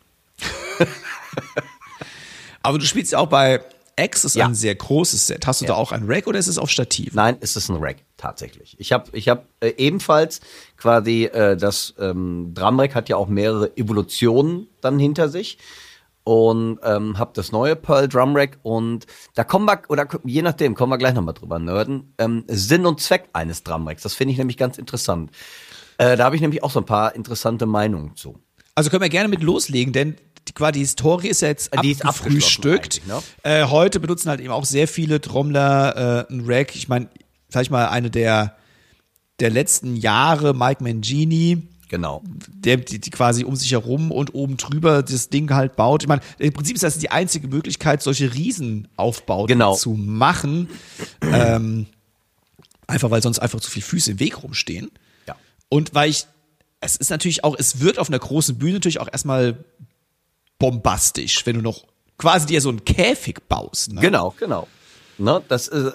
Aber du spielst ja auch bei X, ist ein sehr großes Set. Hast du da auch ein Rack oder ist es auf Stativ? Nein, es ist ein Rack, tatsächlich. Ich hab ebenfalls quasi das Drumrack hat ja auch mehrere Evolutionen dann hinter sich. und habe das neue Pearl Drum Rack und da kommen wir, oder je nachdem, kommen wir gleich nochmal drüber nerden, Sinn und Zweck eines Drum Racks. Das finde ich nämlich ganz interessant. Da habe ich nämlich auch so ein paar interessante Meinungen zu. Also können wir gerne mit loslegen, denn die Historie ist ja jetzt abgefrühstückt. Ne? Heute benutzen halt eben auch sehr viele Trommler ein Rack. Ich meine, vielleicht mal eine der letzten Jahre, Mike Mangini. Genau. Die quasi um sich herum und oben drüber das Ding halt baut. Ich meine, im Prinzip ist das die einzige Möglichkeit, solche Riesenaufbauten zu machen. Einfach, weil sonst einfach zu viele Füße im Weg rumstehen. Ja. Und es ist natürlich auch, es wird auf einer großen Bühne natürlich auch erstmal bombastisch, wenn du noch quasi dir so einen Käfig baust. Ne? Genau. Ne, das ist,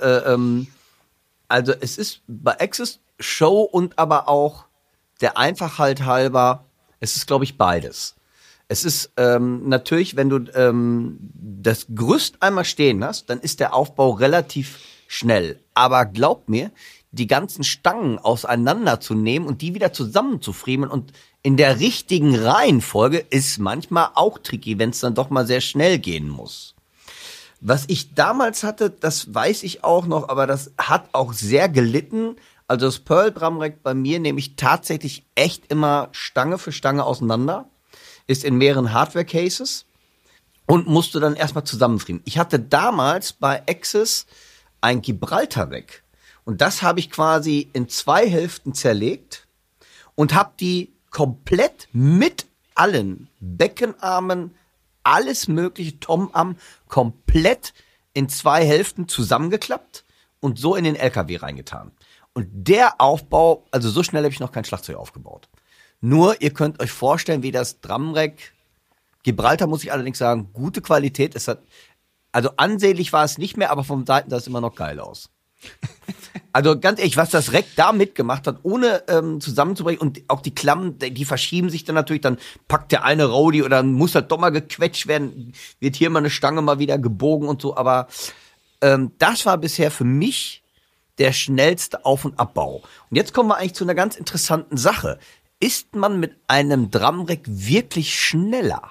also es ist bei Axis Show und aber auch der Einfachheit halber, es ist, glaube ich, beides. Es ist natürlich, wenn du das Gerüst einmal stehen hast, dann ist der Aufbau relativ schnell. Aber glaub mir, die ganzen Stangen auseinanderzunehmen und die wieder zusammenzufriemeln und in der richtigen Reihenfolge ist manchmal auch tricky, wenn es dann doch mal sehr schnell gehen muss. Was ich damals hatte, das weiß ich auch noch, aber das hat auch sehr gelitten. Also das Pearl Drum Rack bei mir nehme ich tatsächlich echt immer Stange für Stange auseinander, ist in mehreren Hardware-Cases und musste dann erstmal zusammenfriemeln. Ich hatte damals bei Axis ein Gibraltar-Rack und das habe ich quasi in 2 Hälften zerlegt und habe die komplett mit allen Beckenarmen, alles mögliche, Tom-Arm, komplett in 2 Hälften zusammengeklappt und so in den LKW reingetan. Und der Aufbau, also so schnell habe ich noch kein Schlagzeug aufgebaut. Nur, ihr könnt euch vorstellen, wie das Drumrack, Gibraltar muss ich allerdings sagen, gute Qualität. Also ansehlich war es nicht mehr, aber vom Seiten sah es immer noch geil aus. Also ganz ehrlich, was das Rack da mitgemacht hat, ohne zusammenzubrechen und auch die Klammen, die verschieben sich dann natürlich, dann packt der eine Rowdy oder dann muss das doch mal gequetscht werden, wird hier mal eine Stange mal wieder gebogen und so, aber das war bisher für mich der schnellste Auf- und Abbau. Und jetzt kommen wir eigentlich zu einer ganz interessanten Sache. Ist man mit einem Drumrack wirklich schneller?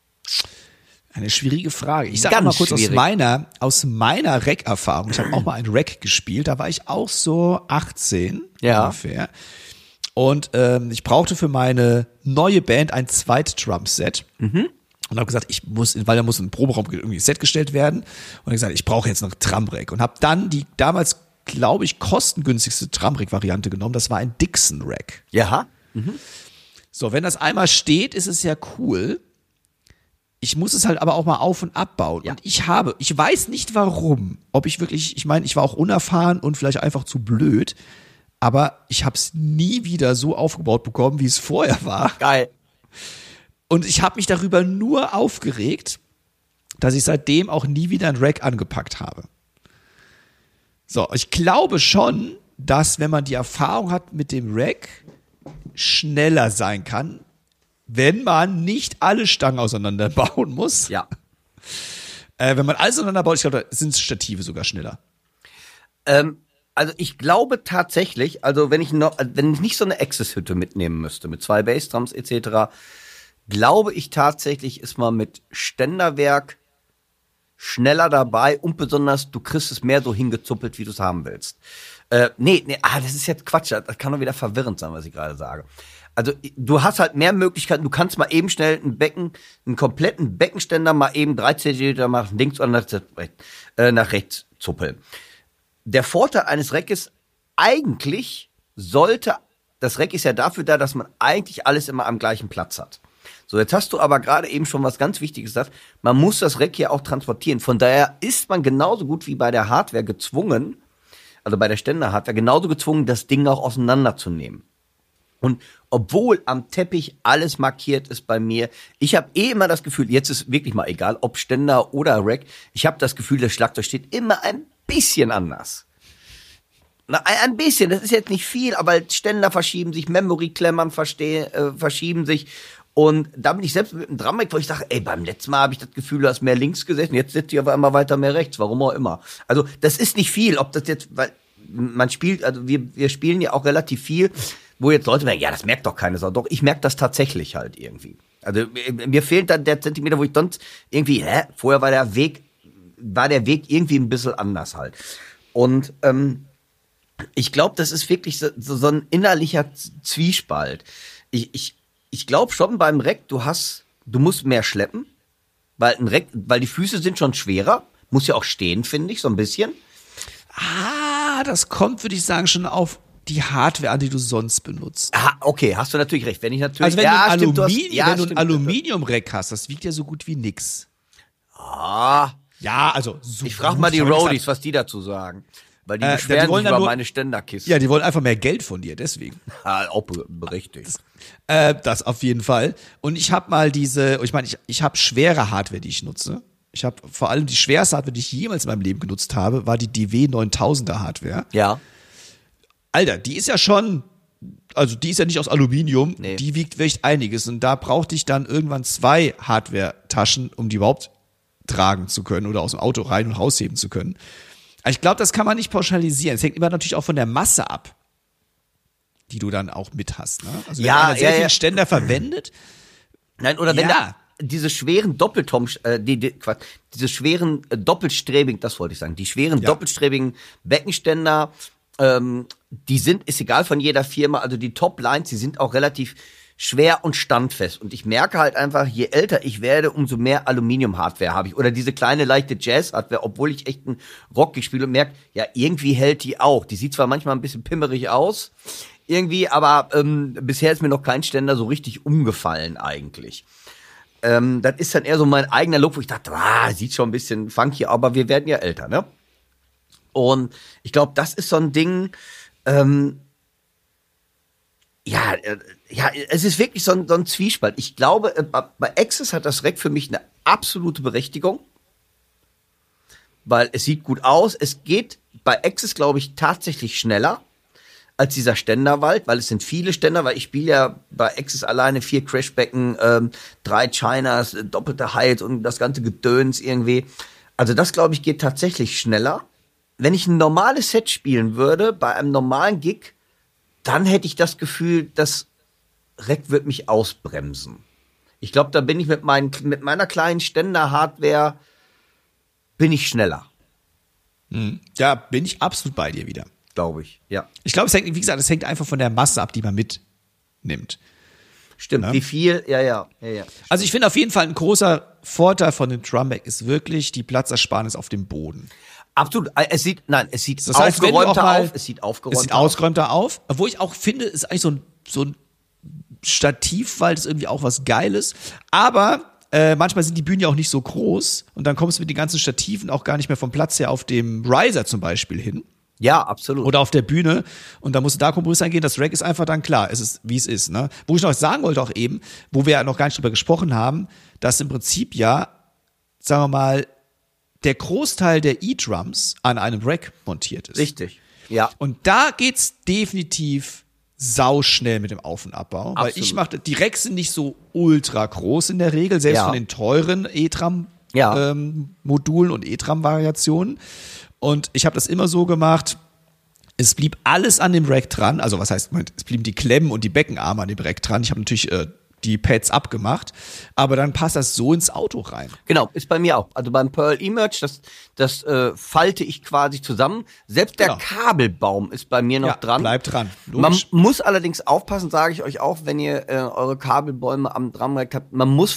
Eine schwierige Frage. Ich sage mal kurz aus meiner Rack-Erfahrung. Ich habe auch mal ein Rack gespielt, da war ich auch so 18 ungefähr. Und ich brauchte für meine neue Band ein Zweit-Drum-Set. Und habe gesagt, weil da muss ein Proberaum irgendwie ein Set gestellt werden. Und habe gesagt, ich brauche jetzt noch Drumrack. Und habe dann die damals, glaube ich, kostengünstigste Drumrack-Variante genommen. Das war ein Dixon-Rack. Ja. So, wenn das einmal steht, ist es ja cool. Ich muss es halt aber auch mal auf- und abbauen. Ja. Und ich weiß nicht warum, ich meine, ich war auch unerfahren und vielleicht einfach zu blöd, aber ich habe es nie wieder so aufgebaut bekommen, wie es vorher war. Geil. Und ich habe mich darüber nur aufgeregt, dass ich seitdem auch nie wieder ein Rack angepackt habe. So, ich glaube schon, dass wenn man die Erfahrung hat mit dem Rack, schneller sein kann, wenn man nicht alle Stangen auseinanderbauen muss. Ja. Wenn man alles auseinanderbaut, ich glaube, da sind Stative sogar schneller. Also ich glaube tatsächlich, also wenn ich nicht so eine Axis-Hütte mitnehmen müsste, mit 2 Bassdrums etc., glaube ich tatsächlich, ist man mit Ständerwerk schneller dabei und besonders, du kriegst es mehr so hingezuppelt, wie du es haben willst. Das ist jetzt Quatsch, das kann doch wieder verwirrend sein, was ich gerade sage. Also du hast halt mehr Möglichkeiten, du kannst mal eben schnell einen kompletten Beckenständer mal eben 3 Zentimeter nach links oder nach rechts zuppeln. Der Vorteil eines Rack ist, das Rack ist ja dafür da, dass man eigentlich alles immer am gleichen Platz hat. So, jetzt hast du aber gerade eben schon was ganz Wichtiges gesagt, man muss das Rack hier auch transportieren. Von daher ist man genauso gut wie bei der Hardware gezwungen, also bei der Ständer-Hardware, genauso gezwungen, das Ding auch auseinanderzunehmen. Und obwohl am Teppich alles markiert ist bei mir, ich habe immer das Gefühl, jetzt ist wirklich mal egal, ob Ständer oder Rack, ich habe das Gefühl, das Schlagzeug steht immer ein bisschen anders. Ein bisschen, das ist jetzt nicht viel, aber Ständer verschieben sich, Memory-Klemmern verschieben sich. Und da bin ich selbst mit dem Drumrack, wo ich sage, beim letzten Mal habe ich das Gefühl, du hast mehr links gesessen, jetzt sitzt ich aber immer weiter mehr rechts, warum auch immer. Also das ist nicht viel, ob das jetzt, weil man spielt, also wir spielen ja auch relativ viel. wo jetzt Leute merken, ja, das merkt doch keine Sau. Doch, ich merke das tatsächlich halt irgendwie. Also mir fehlt dann der Zentimeter, wo ich sonst irgendwie, vorher war der Weg irgendwie ein bisschen anders halt. Und ich glaube, das ist wirklich so ein innerlicher Zwiespalt. Ich glaube schon beim Reck, du musst mehr schleppen, weil weil die Füße sind schon schwerer, muss ja auch stehen, finde ich, so ein bisschen. Das kommt, würde ich sagen, schon auf die Hardware an, die du sonst benutzt. Okay, hast du natürlich recht. Wenn ich natürlich, also wenn du ein stimmt, Aluminium-Rack hast, das wiegt ja so gut wie nix. Ja, also so ich frage mal die Roadies, was die dazu sagen. Weil die beschweren sich über meine Ständerkiste. Ja, die wollen einfach mehr Geld von dir, deswegen. Auch berechtigt. Das auf jeden Fall. Und ich habe mal ich habe schwere Hardware, die ich nutze. Ich habe vor allem die schwerste Hardware, die ich jemals in meinem Leben genutzt habe, war die DW 9000er Hardware. Ja. Alter, die ist ja nicht aus Aluminium, Nee. Die wiegt echt einiges. Und da brauchte ich dann irgendwann 2 Hardware-Taschen, um die überhaupt tragen zu können oder aus dem Auto rein und rausheben zu können. Aber ich glaube, das kann man nicht pauschalisieren. Es hängt immer natürlich auch von der Masse ab, die du dann auch mit hast. Ne? Also wenn einer sehr viel Ständer verwendet. Nein, oder wenn da diese schweren doppelstrebigen, das wollte ich sagen, die schweren doppelstrebigen Beckenständer, ist egal von jeder Firma, also die Top-Lines, die sind auch relativ schwer und standfest. Und ich merke halt einfach, je älter ich werde, umso mehr Aluminium-Hardware habe ich. Oder diese kleine, leichte Jazz-Hardware, obwohl ich echt einen Rock gespielt und merke, ja, irgendwie hält die auch. Die sieht zwar manchmal ein bisschen pimmerig aus, irgendwie, aber bisher ist mir noch kein Ständer so richtig umgefallen eigentlich. Das ist dann eher so mein eigener Look, wo ich dachte, sieht schon ein bisschen funky, aber wir werden ja älter, ne? Und ich glaube, das ist so ein Ding, es ist wirklich so ein Zwiespalt. Ich glaube, bei Axis hat das Rack für mich eine absolute Berechtigung, weil es sieht gut aus. Es geht bei Axis, glaube ich, tatsächlich schneller als dieser Ständerwald, weil es sind viele Ständer, weil ich spiele ja bei Axis alleine 4 Crashbecken, 3 Chinas, doppelte Height und das ganze Gedöns irgendwie. Also das, glaube ich, geht tatsächlich schneller. Wenn ich ein normales Set spielen würde, bei einem normalen Gig, dann hätte ich das Gefühl, das Rack wird mich ausbremsen. Ich glaube, da bin ich mit meiner kleinen Ständer-Hardware bin ich schneller. Da bin ich absolut bei dir wieder. Glaube ich, ja. Ich glaube, wie gesagt, es hängt einfach von der Masse ab, die man mitnimmt. Stimmt, Ja. wie viel? Ja. Also ich finde auf jeden Fall ein großer Vorteil von dem Drumback ist wirklich die Platzersparnis auf dem Boden. Absolut. Es sieht Das heißt, wenn du auch aufgeräumter mal, auf. Es sieht aufgeräumter Es sieht ausgeräumter auf. Wo ich auch finde, ist eigentlich so ein Stativwald ist irgendwie auch was Geiles. Aber manchmal sind die Bühnen ja auch nicht so groß. Und dann kommst du mit den ganzen Stativen auch gar nicht mehr vom Platz her auf dem Riser zum Beispiel hin. Ja, absolut. Oder auf der Bühne. Und da musst du da Kompromiss eingehen. Das Rack ist einfach dann klar. Es ist, wie es ist. Ne? Wo ich noch sagen wollte auch eben, wo wir ja noch gar nicht drüber gesprochen haben, dass im Prinzip ja, sagen wir mal, der Großteil der E-Drums an einem Rack montiert ist. Richtig, ja. Und da geht's definitiv sauschnell mit dem Auf- und Abbau. Weil die Racks sind nicht so ultra groß in der Regel, selbst von den teuren E-Tram Modulen und E-Tram-Variationen. Und ich habe das immer so gemacht, es blieb alles an dem Rack dran. Also was heißt, es blieben die Klemmen und die Beckenarme an dem Rack dran. Ich habe natürlich die Pads abgemacht, aber dann passt das so ins Auto rein. Genau, ist bei mir auch. Also beim Pearl E-Merge, das falte ich quasi zusammen. Selbst der Kabelbaum ist bei mir noch dran. Bleibt dran. Logisch. Man muss allerdings aufpassen, sage ich euch auch, wenn ihr eure Kabelbäume am Drumrack habt. Man muss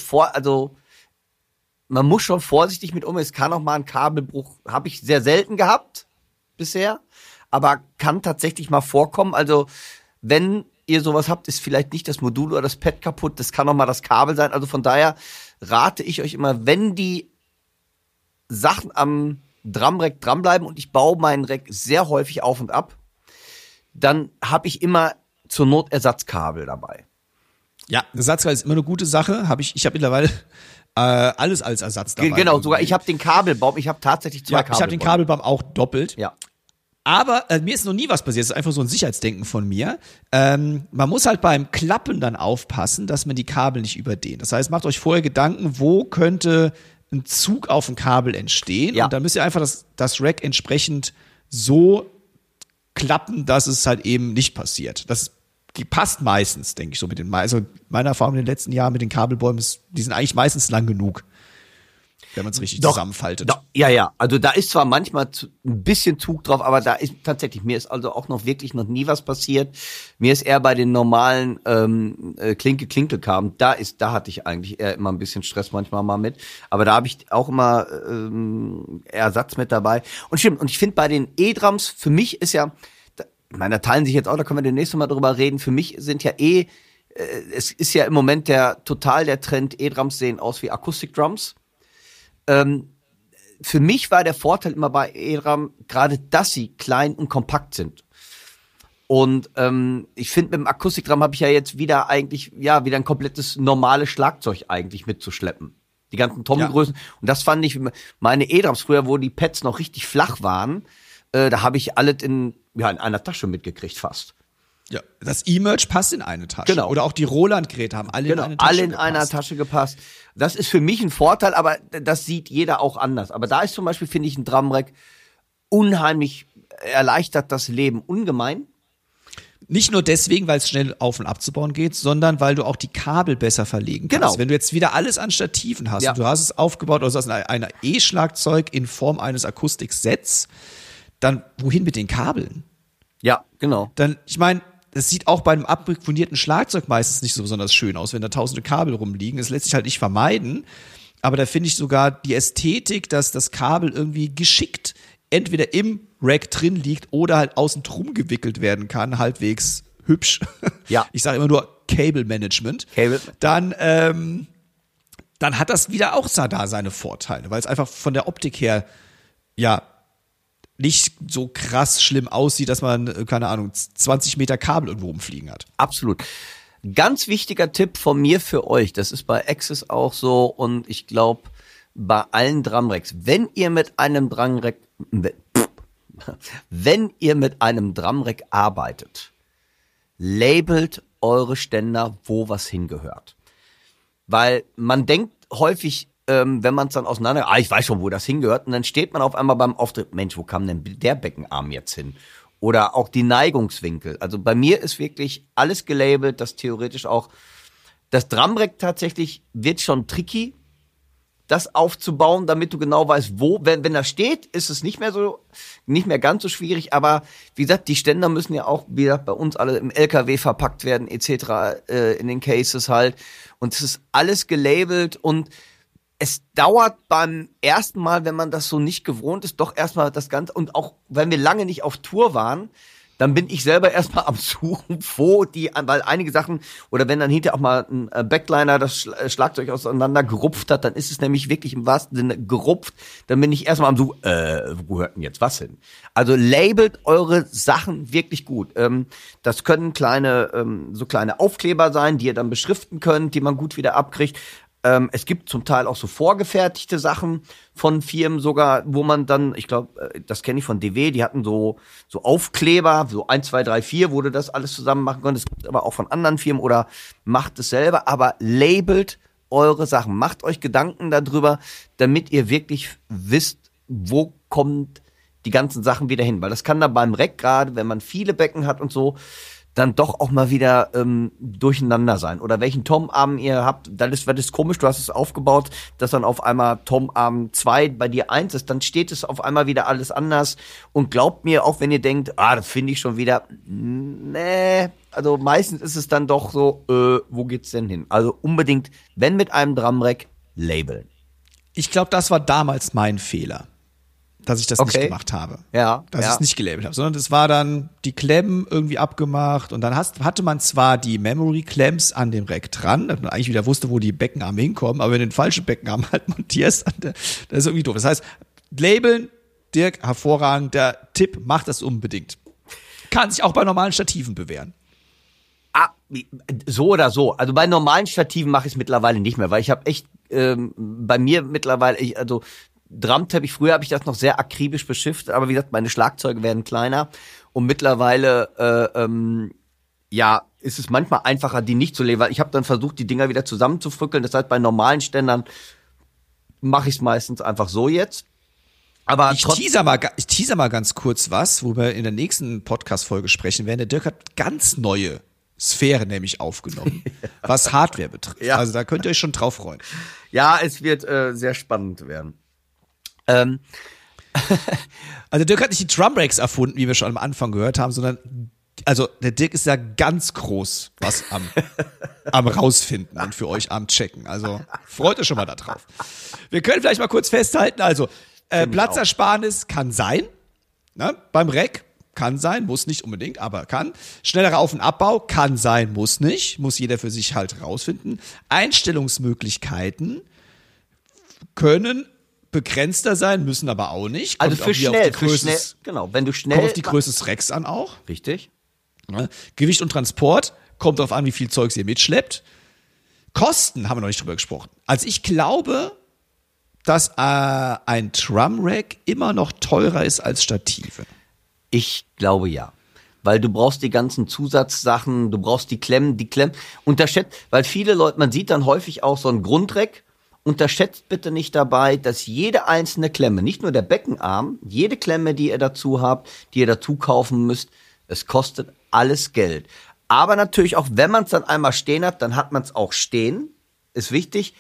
schon vorsichtig mit umgehen. Es kann auch mal ein Kabelbruch, habe ich sehr selten gehabt bisher, aber kann tatsächlich mal vorkommen. Also wenn ihr sowas habt, ist vielleicht nicht das Modul oder das Pad kaputt, das kann auch mal das Kabel sein. Also von daher rate ich euch immer, wenn die Sachen am Drumrack dranbleiben und ich baue meinen Rack sehr häufig auf und ab, dann habe ich immer zur Not Ersatzkabel dabei. Ja, Ersatzkabel ist immer eine gute Sache. Ich habe mittlerweile alles als Ersatz dabei. Genau, sogar ich habe den Kabelbaum, ich habe tatsächlich 2 Kabelbäume. Ich habe den Kabelbaum auch doppelt. Ja. Aber mir ist noch nie was passiert. Das ist einfach so ein Sicherheitsdenken von mir. Man muss halt beim Klappen dann aufpassen, dass man die Kabel nicht überdehnt. Das heißt, macht euch vorher Gedanken, wo könnte ein Zug auf dem Kabel entstehen. Ja. Und dann müsst ihr einfach das Rack entsprechend so klappen, dass es halt eben nicht passiert. Das die passt meistens, denke ich so also meine Erfahrung in den letzten Jahren mit den Kabelbäumen die sind eigentlich meistens lang genug, wenn man es richtig zusammenfaltet. Ja. Also da ist zwar manchmal ein bisschen Zug drauf, aber da ist tatsächlich, mir ist also auch noch wirklich noch nie was passiert. Mir ist eher bei den normalen Klinke-Klinkelkabeln, da hatte ich eigentlich eher immer ein bisschen Stress manchmal mal mit. Aber da habe ich auch immer Ersatz mit dabei. Und stimmt, und ich finde bei den E-Drums, für mich ist ja, ich meine, da teilen sich jetzt auch, da können wir demnächst mal drüber reden, für mich sind ja es ist ja im Moment der Trend, E-Drums sehen aus wie Akustik-Drums. Für mich war der Vorteil immer bei E-Drum gerade, dass sie klein und kompakt sind. Und ich finde, mit dem Akustikdrum habe ich ja jetzt wieder ein komplettes normales Schlagzeug eigentlich mitzuschleppen. Die ganzen Tom-Größen. Ja. Und das fand ich, meine E-Drums früher, wo die Pads noch richtig flach waren, da habe ich alles in einer Tasche mitgekriegt fast. Ja, das E-Merge passt in eine Tasche. Genau. Oder auch die Roland-Geräte haben alle in eine Tasche alle in einer Tasche gepasst. Das ist für mich ein Vorteil, aber das sieht jeder auch anders. Aber da ist zum Beispiel, finde ich, ein Drumrack unheimlich erleichtert das Leben ungemein. Nicht nur deswegen, weil es schnell auf- und abzubauen geht, sondern weil du auch die Kabel besser verlegen kannst. Genau. Wenn du jetzt wieder alles an Stativen hast und du hast es aufgebaut aus einer E-Schlagzeug in Form eines Akustiksets, dann wohin mit den Kabeln? Ja, genau. Dann, ich meine, es sieht auch bei einem abfonierten Schlagzeug meistens nicht so besonders schön aus, wenn da tausende Kabel rumliegen. Es lässt sich halt nicht vermeiden. Aber da finde ich sogar die Ästhetik, dass das Kabel irgendwie geschickt entweder im Rack drin liegt oder halt außen drum gewickelt werden kann, halbwegs hübsch. Ja. Ich sage immer nur Cable Management. Dann hat das wieder auch da seine Vorteile, weil es einfach von der Optik her, nicht so krass schlimm aussieht, dass man, keine Ahnung, 20 Meter Kabel irgendwo rumfliegen hat. Absolut. Ganz wichtiger Tipp von mir für euch, das ist bei Axis auch so und ich glaube bei allen Drumracks, wenn ihr mit einem Drumrack arbeitet, labelt eure Ständer, wo was hingehört. Weil man denkt häufig, wenn man es dann auseinander, ich weiß schon, wo das hingehört, und dann steht man auf einmal beim Auftritt, Mensch, wo kam denn der Beckenarm jetzt hin? Oder auch die Neigungswinkel. Also bei mir ist wirklich alles gelabelt, dass theoretisch auch das Drumrack tatsächlich wird schon tricky, das aufzubauen, damit du genau weißt, wo, wenn das steht, ist es nicht mehr ganz so schwierig, aber wie gesagt, die Ständer müssen ja auch, wie gesagt, bei uns alle im LKW verpackt werden, etc., in den Cases halt, und es ist alles gelabelt und es dauert beim ersten Mal, wenn man das so nicht gewohnt ist, doch erstmal das Ganze, und auch wenn wir lange nicht auf Tour waren, dann bin ich selber erstmal am Suchen, weil einige Sachen, oder wenn dann hinterher auch mal ein Backliner das Schlagzeug auseinander gerupft hat, dann ist es nämlich wirklich im wahrsten Sinne gerupft, dann bin ich erstmal am Suchen, wo gehört denn jetzt was hin? Also labelt eure Sachen wirklich gut. Das können so kleine Aufkleber sein, die ihr dann beschriften könnt, die man gut wieder abkriegt. Es gibt zum Teil auch so vorgefertigte Sachen von Firmen sogar, wo man dann, ich glaube, das kenne ich von DW, die hatten so Aufkleber, so 1, 2, 3, 4, wo du das alles zusammen machen konntest. Es gibt aber auch von anderen Firmen oder macht es selber, aber labelt eure Sachen. Macht euch Gedanken darüber, damit ihr wirklich wisst, wo kommt die ganzen Sachen wieder hin. Weil das kann dann beim Rack, gerade wenn man viele Becken hat und so, dann doch auch mal wieder durcheinander sein. Oder welchen Tom-Arm ihr habt, dann wird es komisch, du hast es aufgebaut, dass dann auf einmal Tom-Arm 2 bei dir 1 ist, dann steht es auf einmal wieder alles anders. Und glaubt mir, auch wenn ihr denkt, das finde ich schon wieder, nee, also meistens ist es dann doch so, wo geht's denn hin? Also unbedingt, wenn mit einem Drumrack, labeln. Ich glaube, das war damals mein Fehler, dass ich das nicht gemacht habe. Ja. Dass ich es nicht gelabelt habe, sondern es war dann die Klemmen irgendwie abgemacht und dann hatte man zwar die Memory Clamps an dem Rack dran, dass man eigentlich wieder wusste, wo die Beckenarme hinkommen, aber wenn du den falschen Beckenarm halt montierst, das ist irgendwie doof. Das heißt, labeln, Dirk, hervorragender Tipp, macht das unbedingt. Kann sich auch bei normalen Stativen bewähren. So oder so. Also bei normalen Stativen mache ich es mittlerweile nicht mehr, weil ich habe echt bei mir mittlerweile, Drumteppich, früher habe ich das noch sehr akribisch beschriftet, aber wie gesagt, meine Schlagzeuge werden kleiner und mittlerweile ist es manchmal einfacher, die nicht zu legen, weil ich habe dann versucht, die Dinger wieder zusammenzufrickeln. Das heißt, bei normalen Ständern mache ich es meistens einfach so jetzt. Aber ich teaser mal ganz kurz was, wo wir in der nächsten Podcast-Folge sprechen werden. Der Dirk hat ganz neue Sphäre nämlich aufgenommen, was Hardware betrifft. Ja. Also da könnt ihr euch schon drauf freuen. Ja, es wird sehr spannend werden. Also Dirk hat nicht die Drum Racks erfunden, wie wir schon am Anfang gehört haben, sondern also der Dirk ist ja ganz groß was am rausfinden und für euch am checken. Also freut euch schon mal da drauf. Wir können vielleicht mal kurz festhalten, also Platzersparnis kann sein, ne? Beim Rack kann sein, muss nicht unbedingt, aber kann. Schnellerer Auf- und Abbau kann sein, muss nicht, muss jeder für sich halt rausfinden. Einstellungsmöglichkeiten können begrenzter sein, müssen aber auch nicht. Also Kommt für auch wieder schnell, genau, wenn du schnell... Kommt auf die Größe des Racks an auch. Richtig. Ne? Gewicht und Transport, kommt darauf an, wie viel Zeugs ihr mitschleppt. Kosten haben wir noch nicht drüber gesprochen. Also ich glaube, dass ein Drum-Rack immer noch teurer ist als Stative. Ich glaube ja. Weil du brauchst die ganzen Zusatzsachen, du brauchst die Klemmen, unterschätzt, weil viele Leute, man sieht dann häufig auch so ein Grundreck, unterschätzt bitte nicht dabei, dass jede einzelne Klemme, nicht nur der Beckenarm, jede Klemme, die ihr dazu habt, die ihr dazu kaufen müsst, es kostet alles Geld. Aber natürlich auch, wenn man es dann einmal stehen hat, dann hat man es auch stehen, ist wichtig.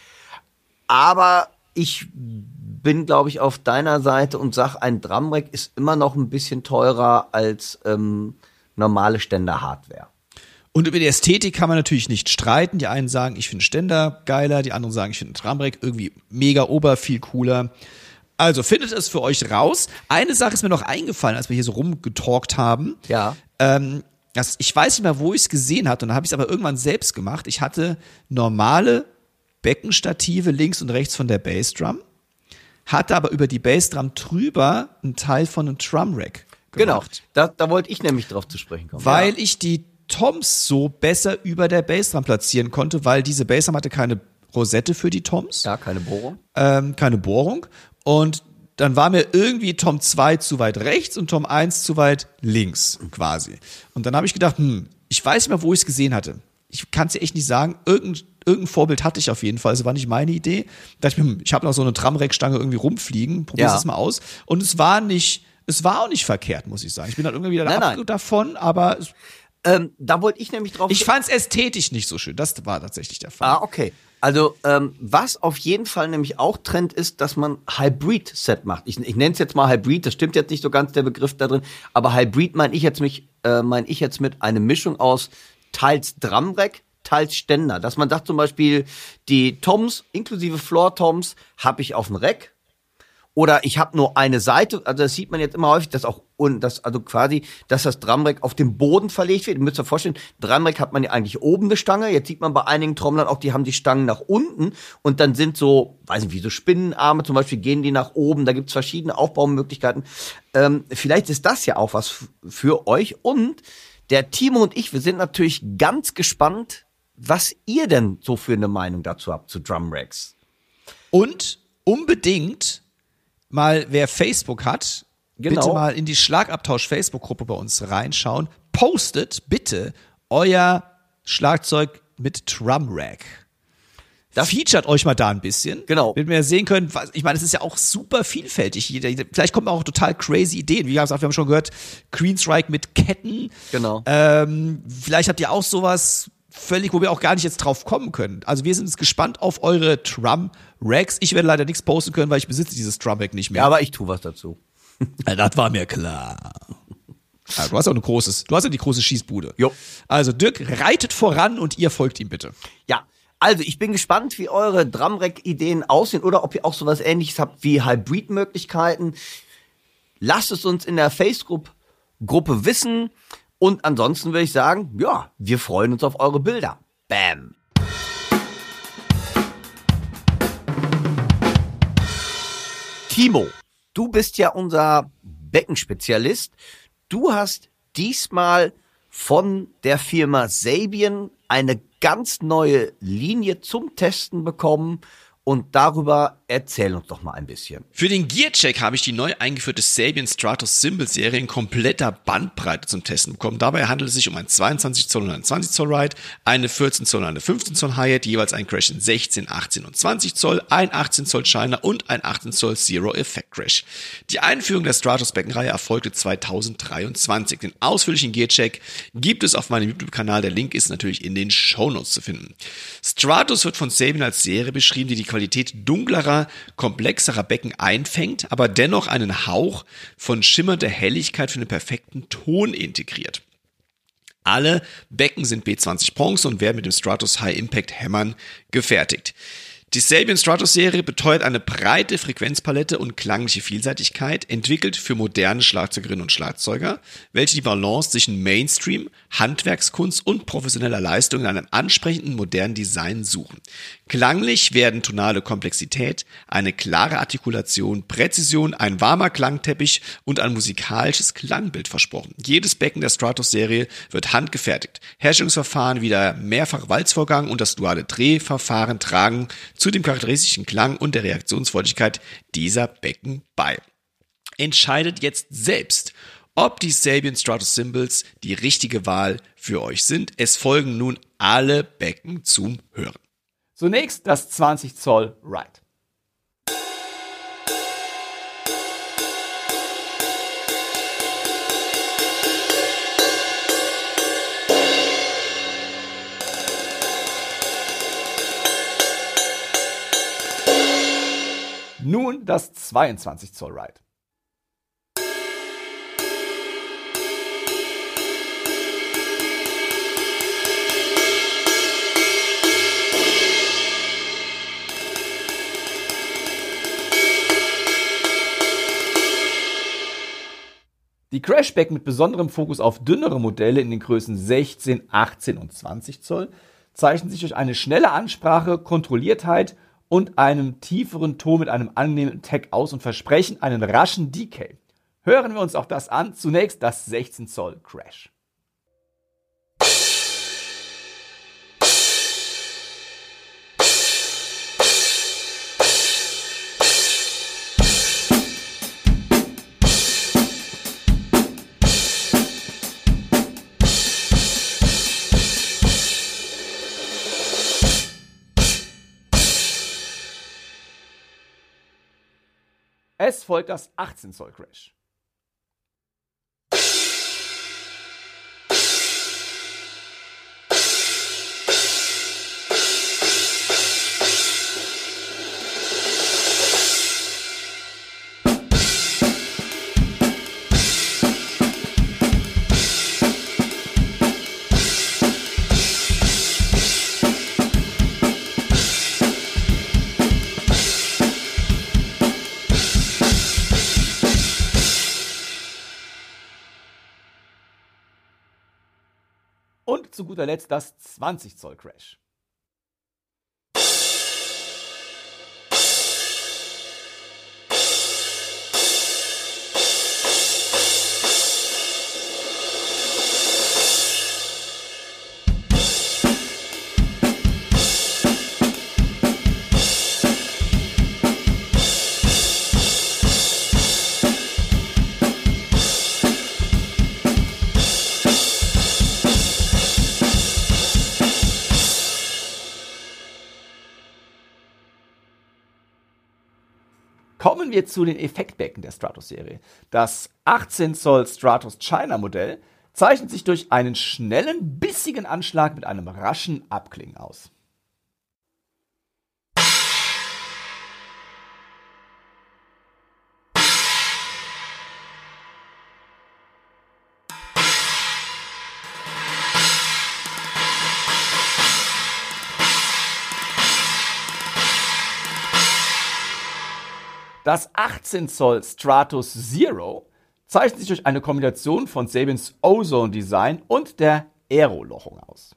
Aber ich bin, glaube ich, auf deiner Seite und sag, ein Drumrack ist immer noch ein bisschen teurer als normale Ständer-Hardware. Und über die Ästhetik kann man natürlich nicht streiten. Die einen sagen, ich finde Ständer geiler, die anderen sagen, ich finde Drumrack irgendwie mega viel cooler. Also findet es für euch raus. Eine Sache ist mir noch eingefallen, als wir hier so rumgetalkt haben. Ja. Ich weiß nicht mehr, wo ich es gesehen hatte, und dann habe ich es aber irgendwann selbst gemacht. Ich hatte normale Beckenstative links und rechts von der Bassdrum, hatte aber über die Bassdrum drüber einen Teil von einem Drumrack gemacht. Genau, da wollte ich nämlich drauf zu sprechen kommen. Weil ich die Toms so besser über der Bassdrum platzieren konnte, weil diese Bassdrum hatte keine Rosette für die Toms. Ja, keine Bohrung. Keine Bohrung. Und dann war mir irgendwie Tom 2 zu weit rechts und Tom 1 zu weit links quasi. Und dann habe ich gedacht, ich weiß nicht mehr, wo ich es gesehen hatte. Ich kann es dir echt nicht sagen. Irgendein Vorbild hatte ich auf jeden Fall. Es war nicht meine Idee. Da dachte ich mir, ich habe noch so eine Drumrack-Stange irgendwie rumfliegen. Probier's es mal aus. Und es war auch nicht verkehrt, muss ich sagen. Ich bin dann irgendwie wieder davon, aber da wollte ich nämlich drauf... Ich fand es ästhetisch nicht so schön. Das war tatsächlich der Fall. Okay. Also, was auf jeden Fall nämlich auch Trend ist, dass man Hybrid-Set macht. Ich nenne es jetzt mal Hybrid, das stimmt jetzt nicht so ganz der Begriff da drin, aber Hybrid meine ich jetzt mit einer Mischung aus teils Drumrack, teils Ständer. Dass man sagt zum Beispiel, die Toms, inklusive Floor-Toms, habe ich auf dem Rack. Oder ich habe nur eine Seite, also das sieht man jetzt immer häufig, dass das Drumrack auf dem Boden verlegt wird. Ihr müsst euch vorstellen, Drumrack hat man ja eigentlich oben eine Stange. Jetzt sieht man bei einigen Trommlern auch, die haben die Stangen nach unten und dann sind so, weiß nicht, wie so Spinnenarme zum Beispiel, gehen die nach oben. Da gibt's verschiedene Aufbaumöglichkeiten. Vielleicht ist das ja auch was für euch. Und der Timo und ich, wir sind natürlich ganz gespannt, was ihr denn so für eine Meinung dazu habt, zu Drumracks. Und unbedingt mal, wer Facebook hat, bitte mal in die Schlagabtausch-Facebook-Gruppe bei uns reinschauen. Postet bitte euer Schlagzeug mit Drumrack. Featuret euch mal da ein bisschen. Genau. Damit wir sehen können, ich meine, es ist ja auch super vielfältig. Vielleicht kommen auch total crazy Ideen. Wie gesagt, wir haben schon gehört, Queensryche mit Ketten. Genau. Vielleicht habt ihr auch sowas völlig, wo wir auch gar nicht jetzt drauf kommen können. Also wir sind jetzt gespannt auf eure Drum-Racks. Ich werde leider nichts posten können, weil ich besitze dieses Drum-Rack nicht mehr. Ja, aber ich tue was dazu. Das war mir klar. Ja, du hast ja die große Schießbude. Jo. Also Dirk reitet voran und ihr folgt ihm bitte. Ja, also ich bin gespannt, wie eure Drumrack-Ideen aussehen oder ob ihr auch sowas Ähnliches habt wie Hybrid-Möglichkeiten. Lasst es uns in der Facebook-Gruppe wissen. Und ansonsten würde ich sagen, ja, wir freuen uns auf eure Bilder. Bam. Timo, du bist ja unser Beckenspezialist. Du hast diesmal von der Firma Sabian eine ganz neue Linie zum Testen bekommen. Und darüber erzähl uns doch mal ein bisschen. Für den Gear-Check habe ich die neu eingeführte Sabian Stratos Cymbals-Serie in kompletter Bandbreite zum Testen bekommen. Dabei handelt es sich um ein 22 Zoll und ein 20 Zoll Ride, eine 14 Zoll und eine 15 Zoll Hi-Hat, jeweils ein Crash in 16, 18 und 20 Zoll, ein 18 Zoll Shiner und ein 18 Zoll Zero Effect Crash. Die Einführung der Stratos Beckenreihe erfolgte 2023. Den ausführlichen Gear-Check gibt es auf meinem YouTube-Kanal. Der Link ist natürlich in den Shownotes zu finden. Stratos wird von Sabian als Serie beschrieben, die Qualität dunklerer, komplexerer Becken einfängt, aber dennoch einen Hauch von schimmernder Helligkeit für den perfekten Ton integriert. Alle Becken sind B20 Bronze und werden mit dem Stratos High Impact Hämmern gefertigt. Die Sabian Stratos Serie beteuert eine breite Frequenzpalette und klangliche Vielseitigkeit, entwickelt für moderne Schlagzeugerinnen und Schlagzeuger, welche die Balance zwischen Mainstream, Handwerkskunst und professioneller Leistung in einem ansprechenden modernen Design suchen. Klanglich werden tonale Komplexität, eine klare Artikulation, Präzision, ein warmer Klangteppich und ein musikalisches Klangbild versprochen. Jedes Becken der Stratos Serie wird handgefertigt. Herstellungsverfahren wie der Mehrfach-Walzvorgang und das duale Drehverfahren tragen zu dem charakteristischen Klang und der Reaktionsfreudigkeit dieser Becken bei. Entscheidet jetzt selbst, ob die Sabian Stratos Cymbals die richtige Wahl für euch sind. Es folgen nun alle Becken zum Hören. Zunächst das 20 Zoll Ride. Nun das 22 Zoll Ride. Die Crashbecken mit besonderem Fokus auf dünnere Modelle in den Größen 16, 18 und 20 Zoll zeichnen sich durch eine schnelle Ansprache, Kontrolliertheit und einem tieferen Ton mit einem angenehmen Tag aus und versprechen einen raschen Decay. Hören wir uns auch das an. Zunächst das 16 Zoll Crash. Es folgt das 18 Zoll Crash. Und zu guter Letzt das 20 Zoll Crash. Kommen wir zu den Effektbecken der Stratos-Serie. Das 18 Zoll Stratos China Modell zeichnet sich durch einen schnellen, bissigen Anschlag mit einem raschen Abklingen aus. Das 18 Zoll Stratos Zero zeichnet sich durch eine Kombination von Sabians Ozone Design und der Aero-Lochung aus.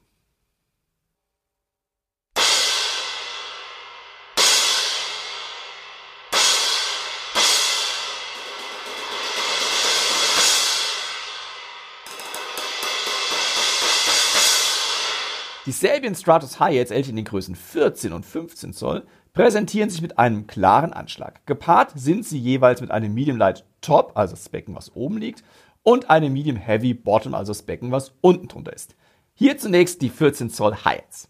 Die Sabian Stratos Hi-Hats, in den Größen 14 und 15 Zoll, präsentieren sich mit einem klaren Anschlag. Gepaart sind sie jeweils mit einem Medium Light Top, also das Becken, was oben liegt, und einem Medium Heavy Bottom, also das Becken, was unten drunter ist. Hier zunächst die 14 Zoll Hi-Hats.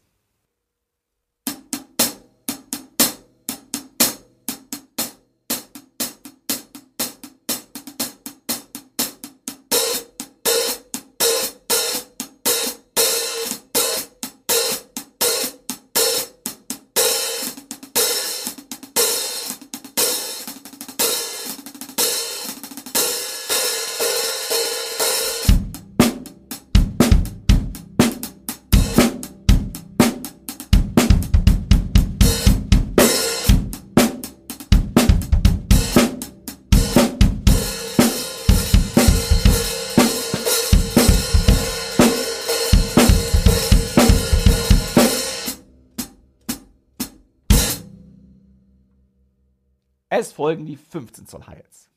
Es folgen die 15 Zoll Hi-Hats.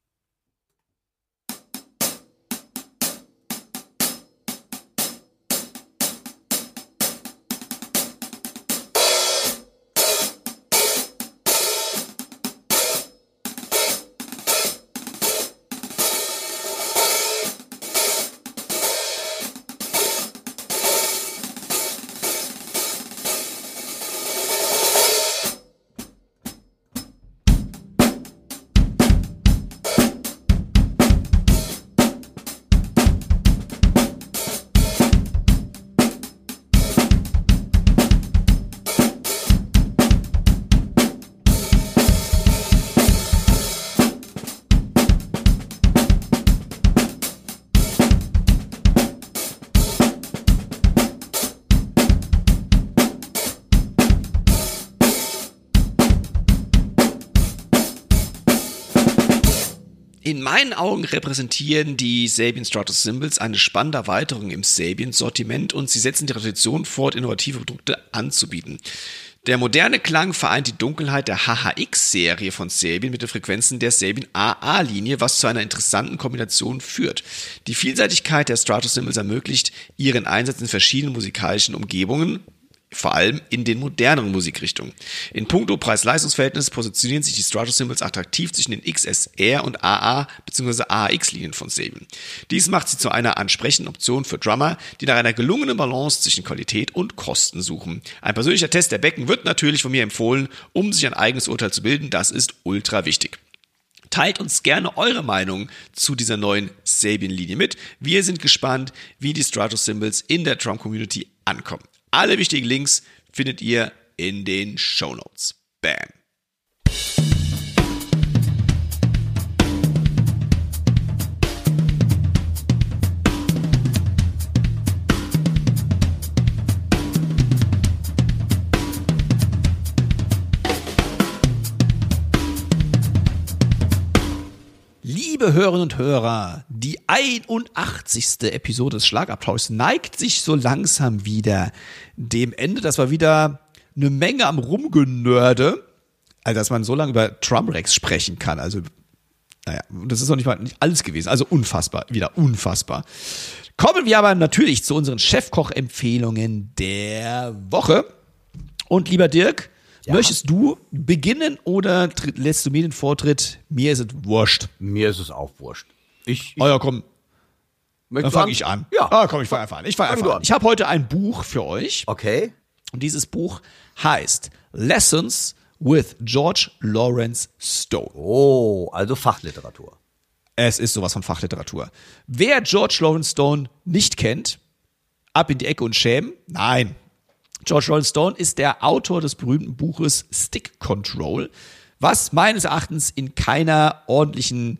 In meinen Augen repräsentieren die Sabian Stratos Cymbals eine spannende Erweiterung im Sabian-Sortiment und sie setzen die Tradition fort, innovative Produkte anzubieten. Der moderne Klang vereint die Dunkelheit der HHX-Serie von Sabian mit den Frequenzen der Sabian AA-Linie, was zu einer interessanten Kombination führt. Die Vielseitigkeit der Stratos Cymbals ermöglicht ihren Einsatz in verschiedenen musikalischen Umgebungen, vor allem in den moderneren Musikrichtungen. In puncto Preis-Leistungs-Verhältnis positionieren sich die Stratos Cymbals attraktiv zwischen den XSR und AA bzw. AX-Linien von Sabian. Dies macht sie zu einer ansprechenden Option für Drummer, die nach einer gelungenen Balance zwischen Qualität und Kosten suchen. Ein persönlicher Test der Becken wird natürlich von mir empfohlen, um sich ein eigenes Urteil zu bilden. Das ist ultra wichtig. Teilt uns gerne eure Meinung zu dieser neuen Sabian-Linie mit. Wir sind gespannt, wie die Stratos Cymbals in der Drum-Community ankommen. Alle wichtigen Links findet ihr in den Shownotes. Bam! Liebe Hörerinnen und Hörer, die 81. Episode des Schlagabtauschs neigt sich so langsam wieder dem Ende. Das war wieder eine Menge am Rumgenörde, also dass man so lange über Drumracks sprechen kann. Also, naja, das ist noch nicht alles gewesen. Also unfassbar, wieder unfassbar. Kommen wir aber natürlich zu unseren Chefkoch-Empfehlungen der Woche. Und lieber Dirk, ja. Möchtest du beginnen oder lässt du mir den Vortritt? Mir ist es wurscht. Mir ist es auch wurscht. Ja, komm. Dann fange ich an. Ja. Komm, ich fange einfach an. Ich habe heute ein Buch für euch. Okay. Und dieses Buch heißt Lessons with George Lawrence Stone. Oh, also Fachliteratur. Es ist sowas von Fachliteratur. Wer George Lawrence Stone nicht kennt, ab in die Ecke und schämen. Nein. George Lawrence Stone ist der Autor des berühmten Buches Stick Control, was meines Erachtens in keiner ordentlichen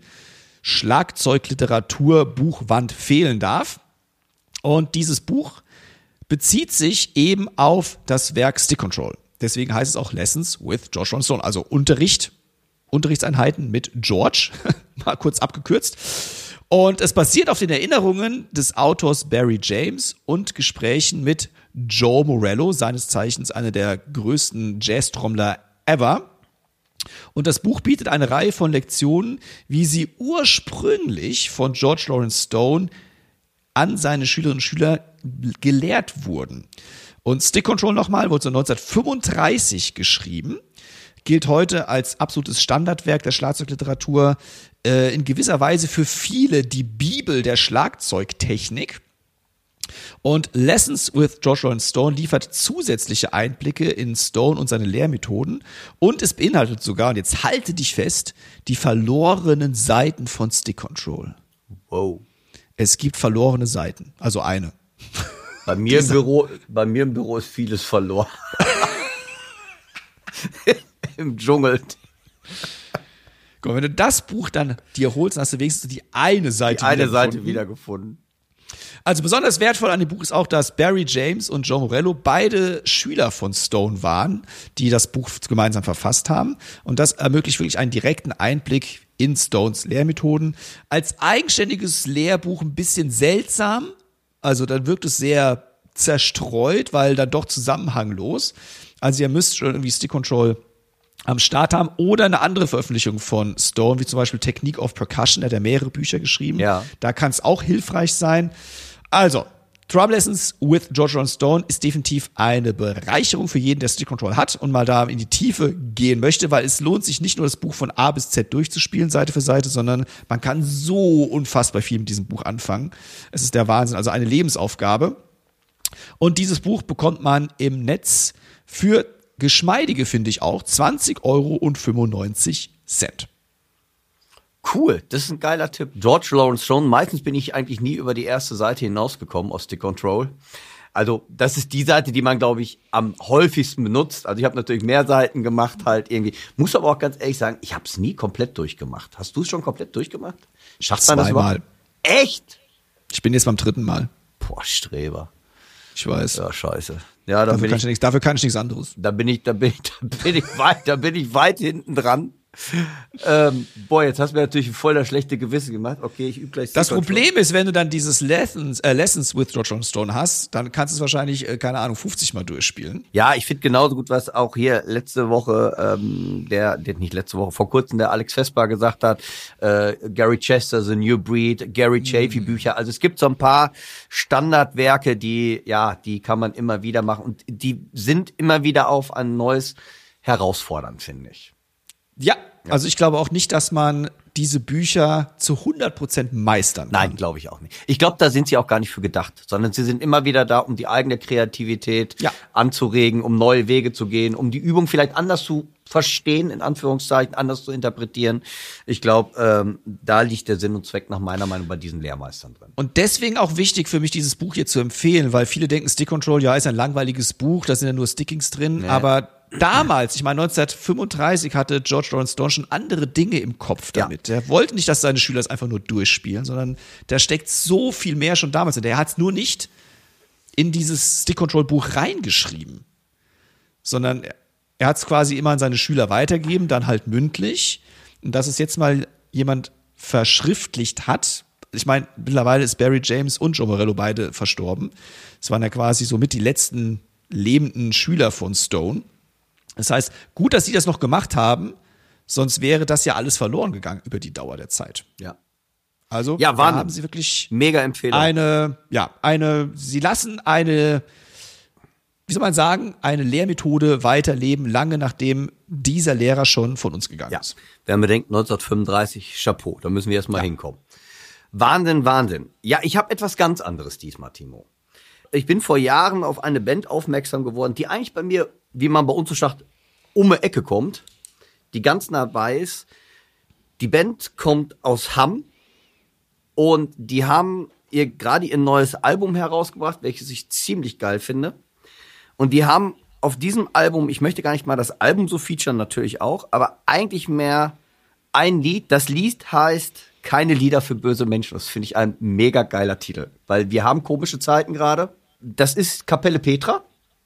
Schlagzeugliteratur-Buchwand fehlen darf. Und dieses Buch bezieht sich eben auf das Werk Stick Control. Deswegen heißt es auch Lessons with George Lawrence Stone, also Unterrichtseinheiten mit George, mal kurz abgekürzt. Und es basiert auf den Erinnerungen des Autors Barry James und Gesprächen mit Joe Morello, seines Zeichens einer der größten Jazz-Trommler ever. Und das Buch bietet eine Reihe von Lektionen, wie sie ursprünglich von George Lawrence Stone an seine Schülerinnen und Schüler gelehrt wurden. Und Stick Control nochmal, wurde so 1935 geschrieben, gilt heute als absolutes Standardwerk der Schlagzeugliteratur, in gewisser Weise für viele die Bibel der Schlagzeugtechnik. Und Lessons with George Lawrence Stone liefert zusätzliche Einblicke in Stone und seine Lehrmethoden. Und es beinhaltet sogar, und jetzt halte dich fest, die verlorenen Seiten von Stick Control. Wow. Es gibt verlorene Seiten, also eine. Bei mir im Büro ist vieles verloren. Im Dschungel. Guck, wenn du das Buch dann dir holst, dann hast du wenigstens die eine Seite wiedergefunden. Also besonders wertvoll an dem Buch ist auch, dass Barry James und Joe Morello beide Schüler von Stone waren, die das Buch gemeinsam verfasst haben. Und das ermöglicht wirklich einen direkten Einblick in Stones Lehrmethoden. Als eigenständiges Lehrbuch ein bisschen seltsam. Also dann wirkt es sehr zerstreut, weil dann doch zusammenhanglos. Also ihr müsst schon irgendwie Stick Control am Start haben oder eine andere Veröffentlichung von Stone, wie zum Beispiel Technique of Percussion, der hat ja mehrere Bücher geschrieben. Ja. Da kann es auch hilfreich sein. Also, Drum Lessons with George Lawrence Stone ist definitiv eine Bereicherung für jeden, der Stick Control hat und mal da in die Tiefe gehen möchte, weil es lohnt sich nicht nur, das Buch von A bis Z durchzuspielen, Seite für Seite, sondern man kann so unfassbar viel mit diesem Buch anfangen. Es ist der Wahnsinn, also eine Lebensaufgabe. Und dieses Buch bekommt man im Netz für geschmeidige, finde ich auch, 20,95 €. Cool, das ist ein geiler Tipp. George Lawrence Stone, meistens bin ich eigentlich nie über die erste Seite hinausgekommen aus Stick Control. Also das ist die Seite, die man, glaube ich, am häufigsten benutzt. Also ich habe natürlich mehr Seiten gemacht halt irgendwie. Muss aber auch ganz ehrlich sagen, ich habe es nie komplett durchgemacht. Hast du es schon komplett durchgemacht? Schafft man das überhaupt? Echt? Ich bin jetzt beim 3. Mal. Boah, Streber. Ich weiß. Ja, scheiße. Ja, dafür kann ich nichts anderes. Da bin ich weit hinten dran. Jetzt hast du mir natürlich voll das schlechte Gewissen gemacht. Okay, ich übe gleich. Das Problem ist, wenn du dann dieses Lessons with George Lawrence Stone hast, dann kannst du es wahrscheinlich, 50 Mal durchspielen. Ja, ich finde genauso gut, was auch hier letzte Woche, vor kurzem der Alex Vesper gesagt hat, Gary Chester, The New Breed, Gary Chafee Bücher. Also es gibt so ein paar Standardwerke, die kann man immer wieder machen und die sind immer wieder auf ein neues herausfordernd, finde ich. Ja, also ich glaube auch nicht, dass man diese Bücher zu 100% meistern kann. Nein, glaube ich auch nicht. Ich glaube, da sind sie auch gar nicht für gedacht, sondern sie sind immer wieder da, um die eigene Kreativität anzuregen, um neue Wege zu gehen, um die Übung vielleicht anders zu verstehen, in Anführungszeichen, anders zu interpretieren. Ich glaube, da liegt der Sinn und Zweck nach meiner Meinung bei diesen Lehrmeistern drin. Und deswegen auch wichtig für mich, dieses Buch hier zu empfehlen, weil viele denken, Stick Control, ist ein langweiliges Buch, da sind ja nur Stickings drin, aber damals, ich meine 1935, hatte George Lawrence Stone schon andere Dinge im Kopf damit. Der wollte nicht, dass seine Schüler es einfach nur durchspielen, sondern da steckt so viel mehr schon damals drin. Der hat es nur nicht in dieses Stick-Control-Buch reingeschrieben, sondern er hat es quasi immer an seine Schüler weitergegeben, dann halt mündlich. Und dass es jetzt mal jemand verschriftlicht hat, ich meine, mittlerweile ist Barry James und Joe Morello beide verstorben. Das waren ja quasi so mit die letzten lebenden Schüler von Stone. Das heißt, gut, dass sie das noch gemacht haben, sonst wäre das ja alles verloren gegangen über die Dauer der Zeit. Ja. Also, da haben sie wirklich mega Empfehlung. Sie lassen eine Lehrmethode weiterleben, lange nachdem dieser Lehrer schon von uns gegangen ist. Wenn man denkt, 1935, Chapeau, da müssen wir erstmal hinkommen. Wahnsinn. Ja, ich habe etwas ganz anderes diesmal, Timo. Ich bin vor Jahren auf eine Band aufmerksam geworden, die eigentlich bei mir, wie man bei uns so sagt, um die Ecke kommt, die ganz nah bei ist. Die Band kommt aus Hamm und die haben gerade ihr neues Album herausgebracht, welches ich ziemlich geil finde. Und die haben auf diesem Album, ich möchte gar nicht mal das Album so featuren, natürlich auch, aber eigentlich mehr ein Lied. Das Lied heißt Keine Lieder für böse Menschen. Das finde ich ein mega geiler Titel, weil wir haben komische Zeiten gerade. Das ist Kapelle Petra.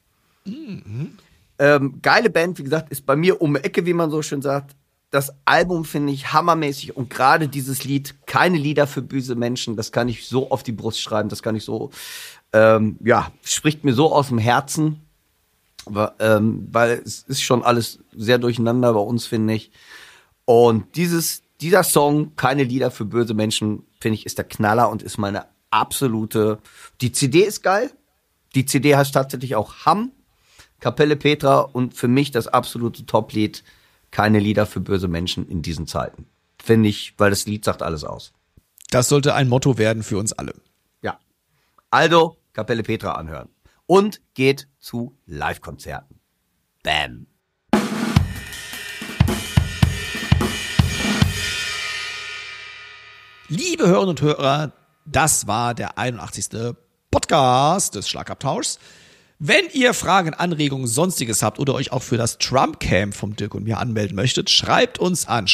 Geile Band, wie gesagt, ist bei mir um die Ecke, wie man so schön sagt. Das Album finde ich hammermäßig und gerade dieses Lied, Keine Lieder für böse Menschen, das kann ich so auf die Brust schreiben, das kann ich so, spricht mir so aus dem Herzen, weil es ist schon alles sehr durcheinander bei uns, finde ich. Und dieser Song, Keine Lieder für böse Menschen, finde ich, ist der Knaller und ist meine absolute, die CD ist geil. Die CD heißt tatsächlich auch Hamm, Kapelle Petra und für mich das absolute Top-Lied. Keine Lieder für böse Menschen in diesen Zeiten. Finde ich, weil das Lied sagt alles aus. Das sollte ein Motto werden für uns alle. Ja. Also, Kapelle Petra anhören. Und geht zu Live-Konzerten. Bam. Liebe Hörerinnen und Hörer, das war der 81. Podcast des Schlagabtauschs. Wenn ihr Fragen, Anregungen, Sonstiges habt oder euch auch für das Trump-Camp vom Dirk und mir anmelden möchtet, schreibt uns an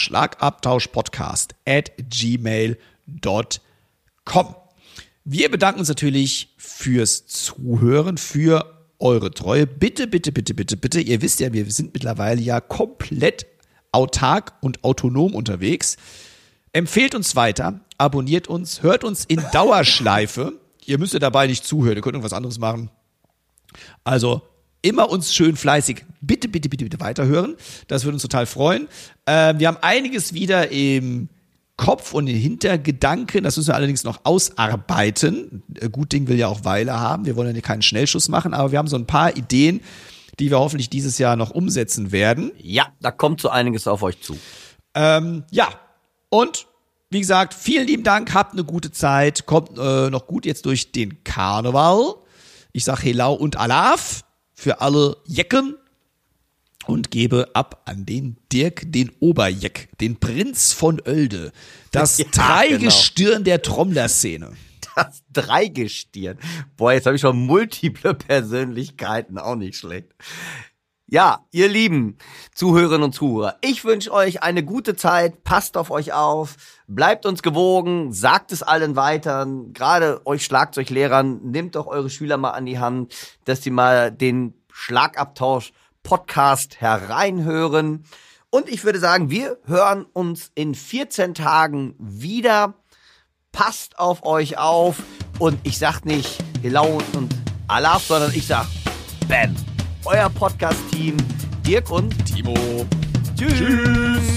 schlagabtauschpodcast@gmail.com. Wir bedanken uns natürlich fürs Zuhören, für eure Treue. Bitte, bitte, bitte, bitte, bitte. Ihr wisst ja, wir sind mittlerweile ja komplett autark und autonom unterwegs. Empfehlt uns weiter, abonniert uns, hört uns in Dauerschleife. Ihr müsst ja dabei nicht zuhören, ihr könnt irgendwas anderes machen. Also immer uns schön fleißig, bitte, bitte, bitte, bitte weiterhören. Das würde uns total freuen. Wir haben einiges wieder im Kopf und in Hintergedanken. Das müssen wir allerdings noch ausarbeiten. Gut Ding will ja auch Weile haben. Wir wollen ja keinen Schnellschuss machen, aber wir haben so ein paar Ideen, die wir hoffentlich dieses Jahr noch umsetzen werden. Ja, da kommt so einiges auf euch zu. Ja, und wie gesagt, vielen lieben Dank, habt eine gute Zeit, kommt noch gut jetzt durch den Karneval. Ich sag Helau und Alaf für alle Jecken und gebe ab an den Dirk, den Oberjeck, den Prinz von Oelde, das Ja, Dreigestirn der Trommlerszene. Das Dreigestirn. Boah, jetzt habe ich schon multiple Persönlichkeiten, auch nicht schlecht. Ja, ihr lieben Zuhörerinnen und Zuhörer, ich wünsche euch eine gute Zeit, passt auf euch auf, bleibt uns gewogen, sagt es allen weiter, gerade euch Schlagzeuglehrern, nehmt doch eure Schüler mal an die Hand, dass sie mal den Schlagabtausch-Podcast hereinhören. Und ich würde sagen, wir hören uns in 14 Tagen wieder. Passt auf euch auf und ich sag nicht Helau und Alaf, sondern ich sag Bam. Euer Podcast-Team, Dirk und Timo. Tschüss.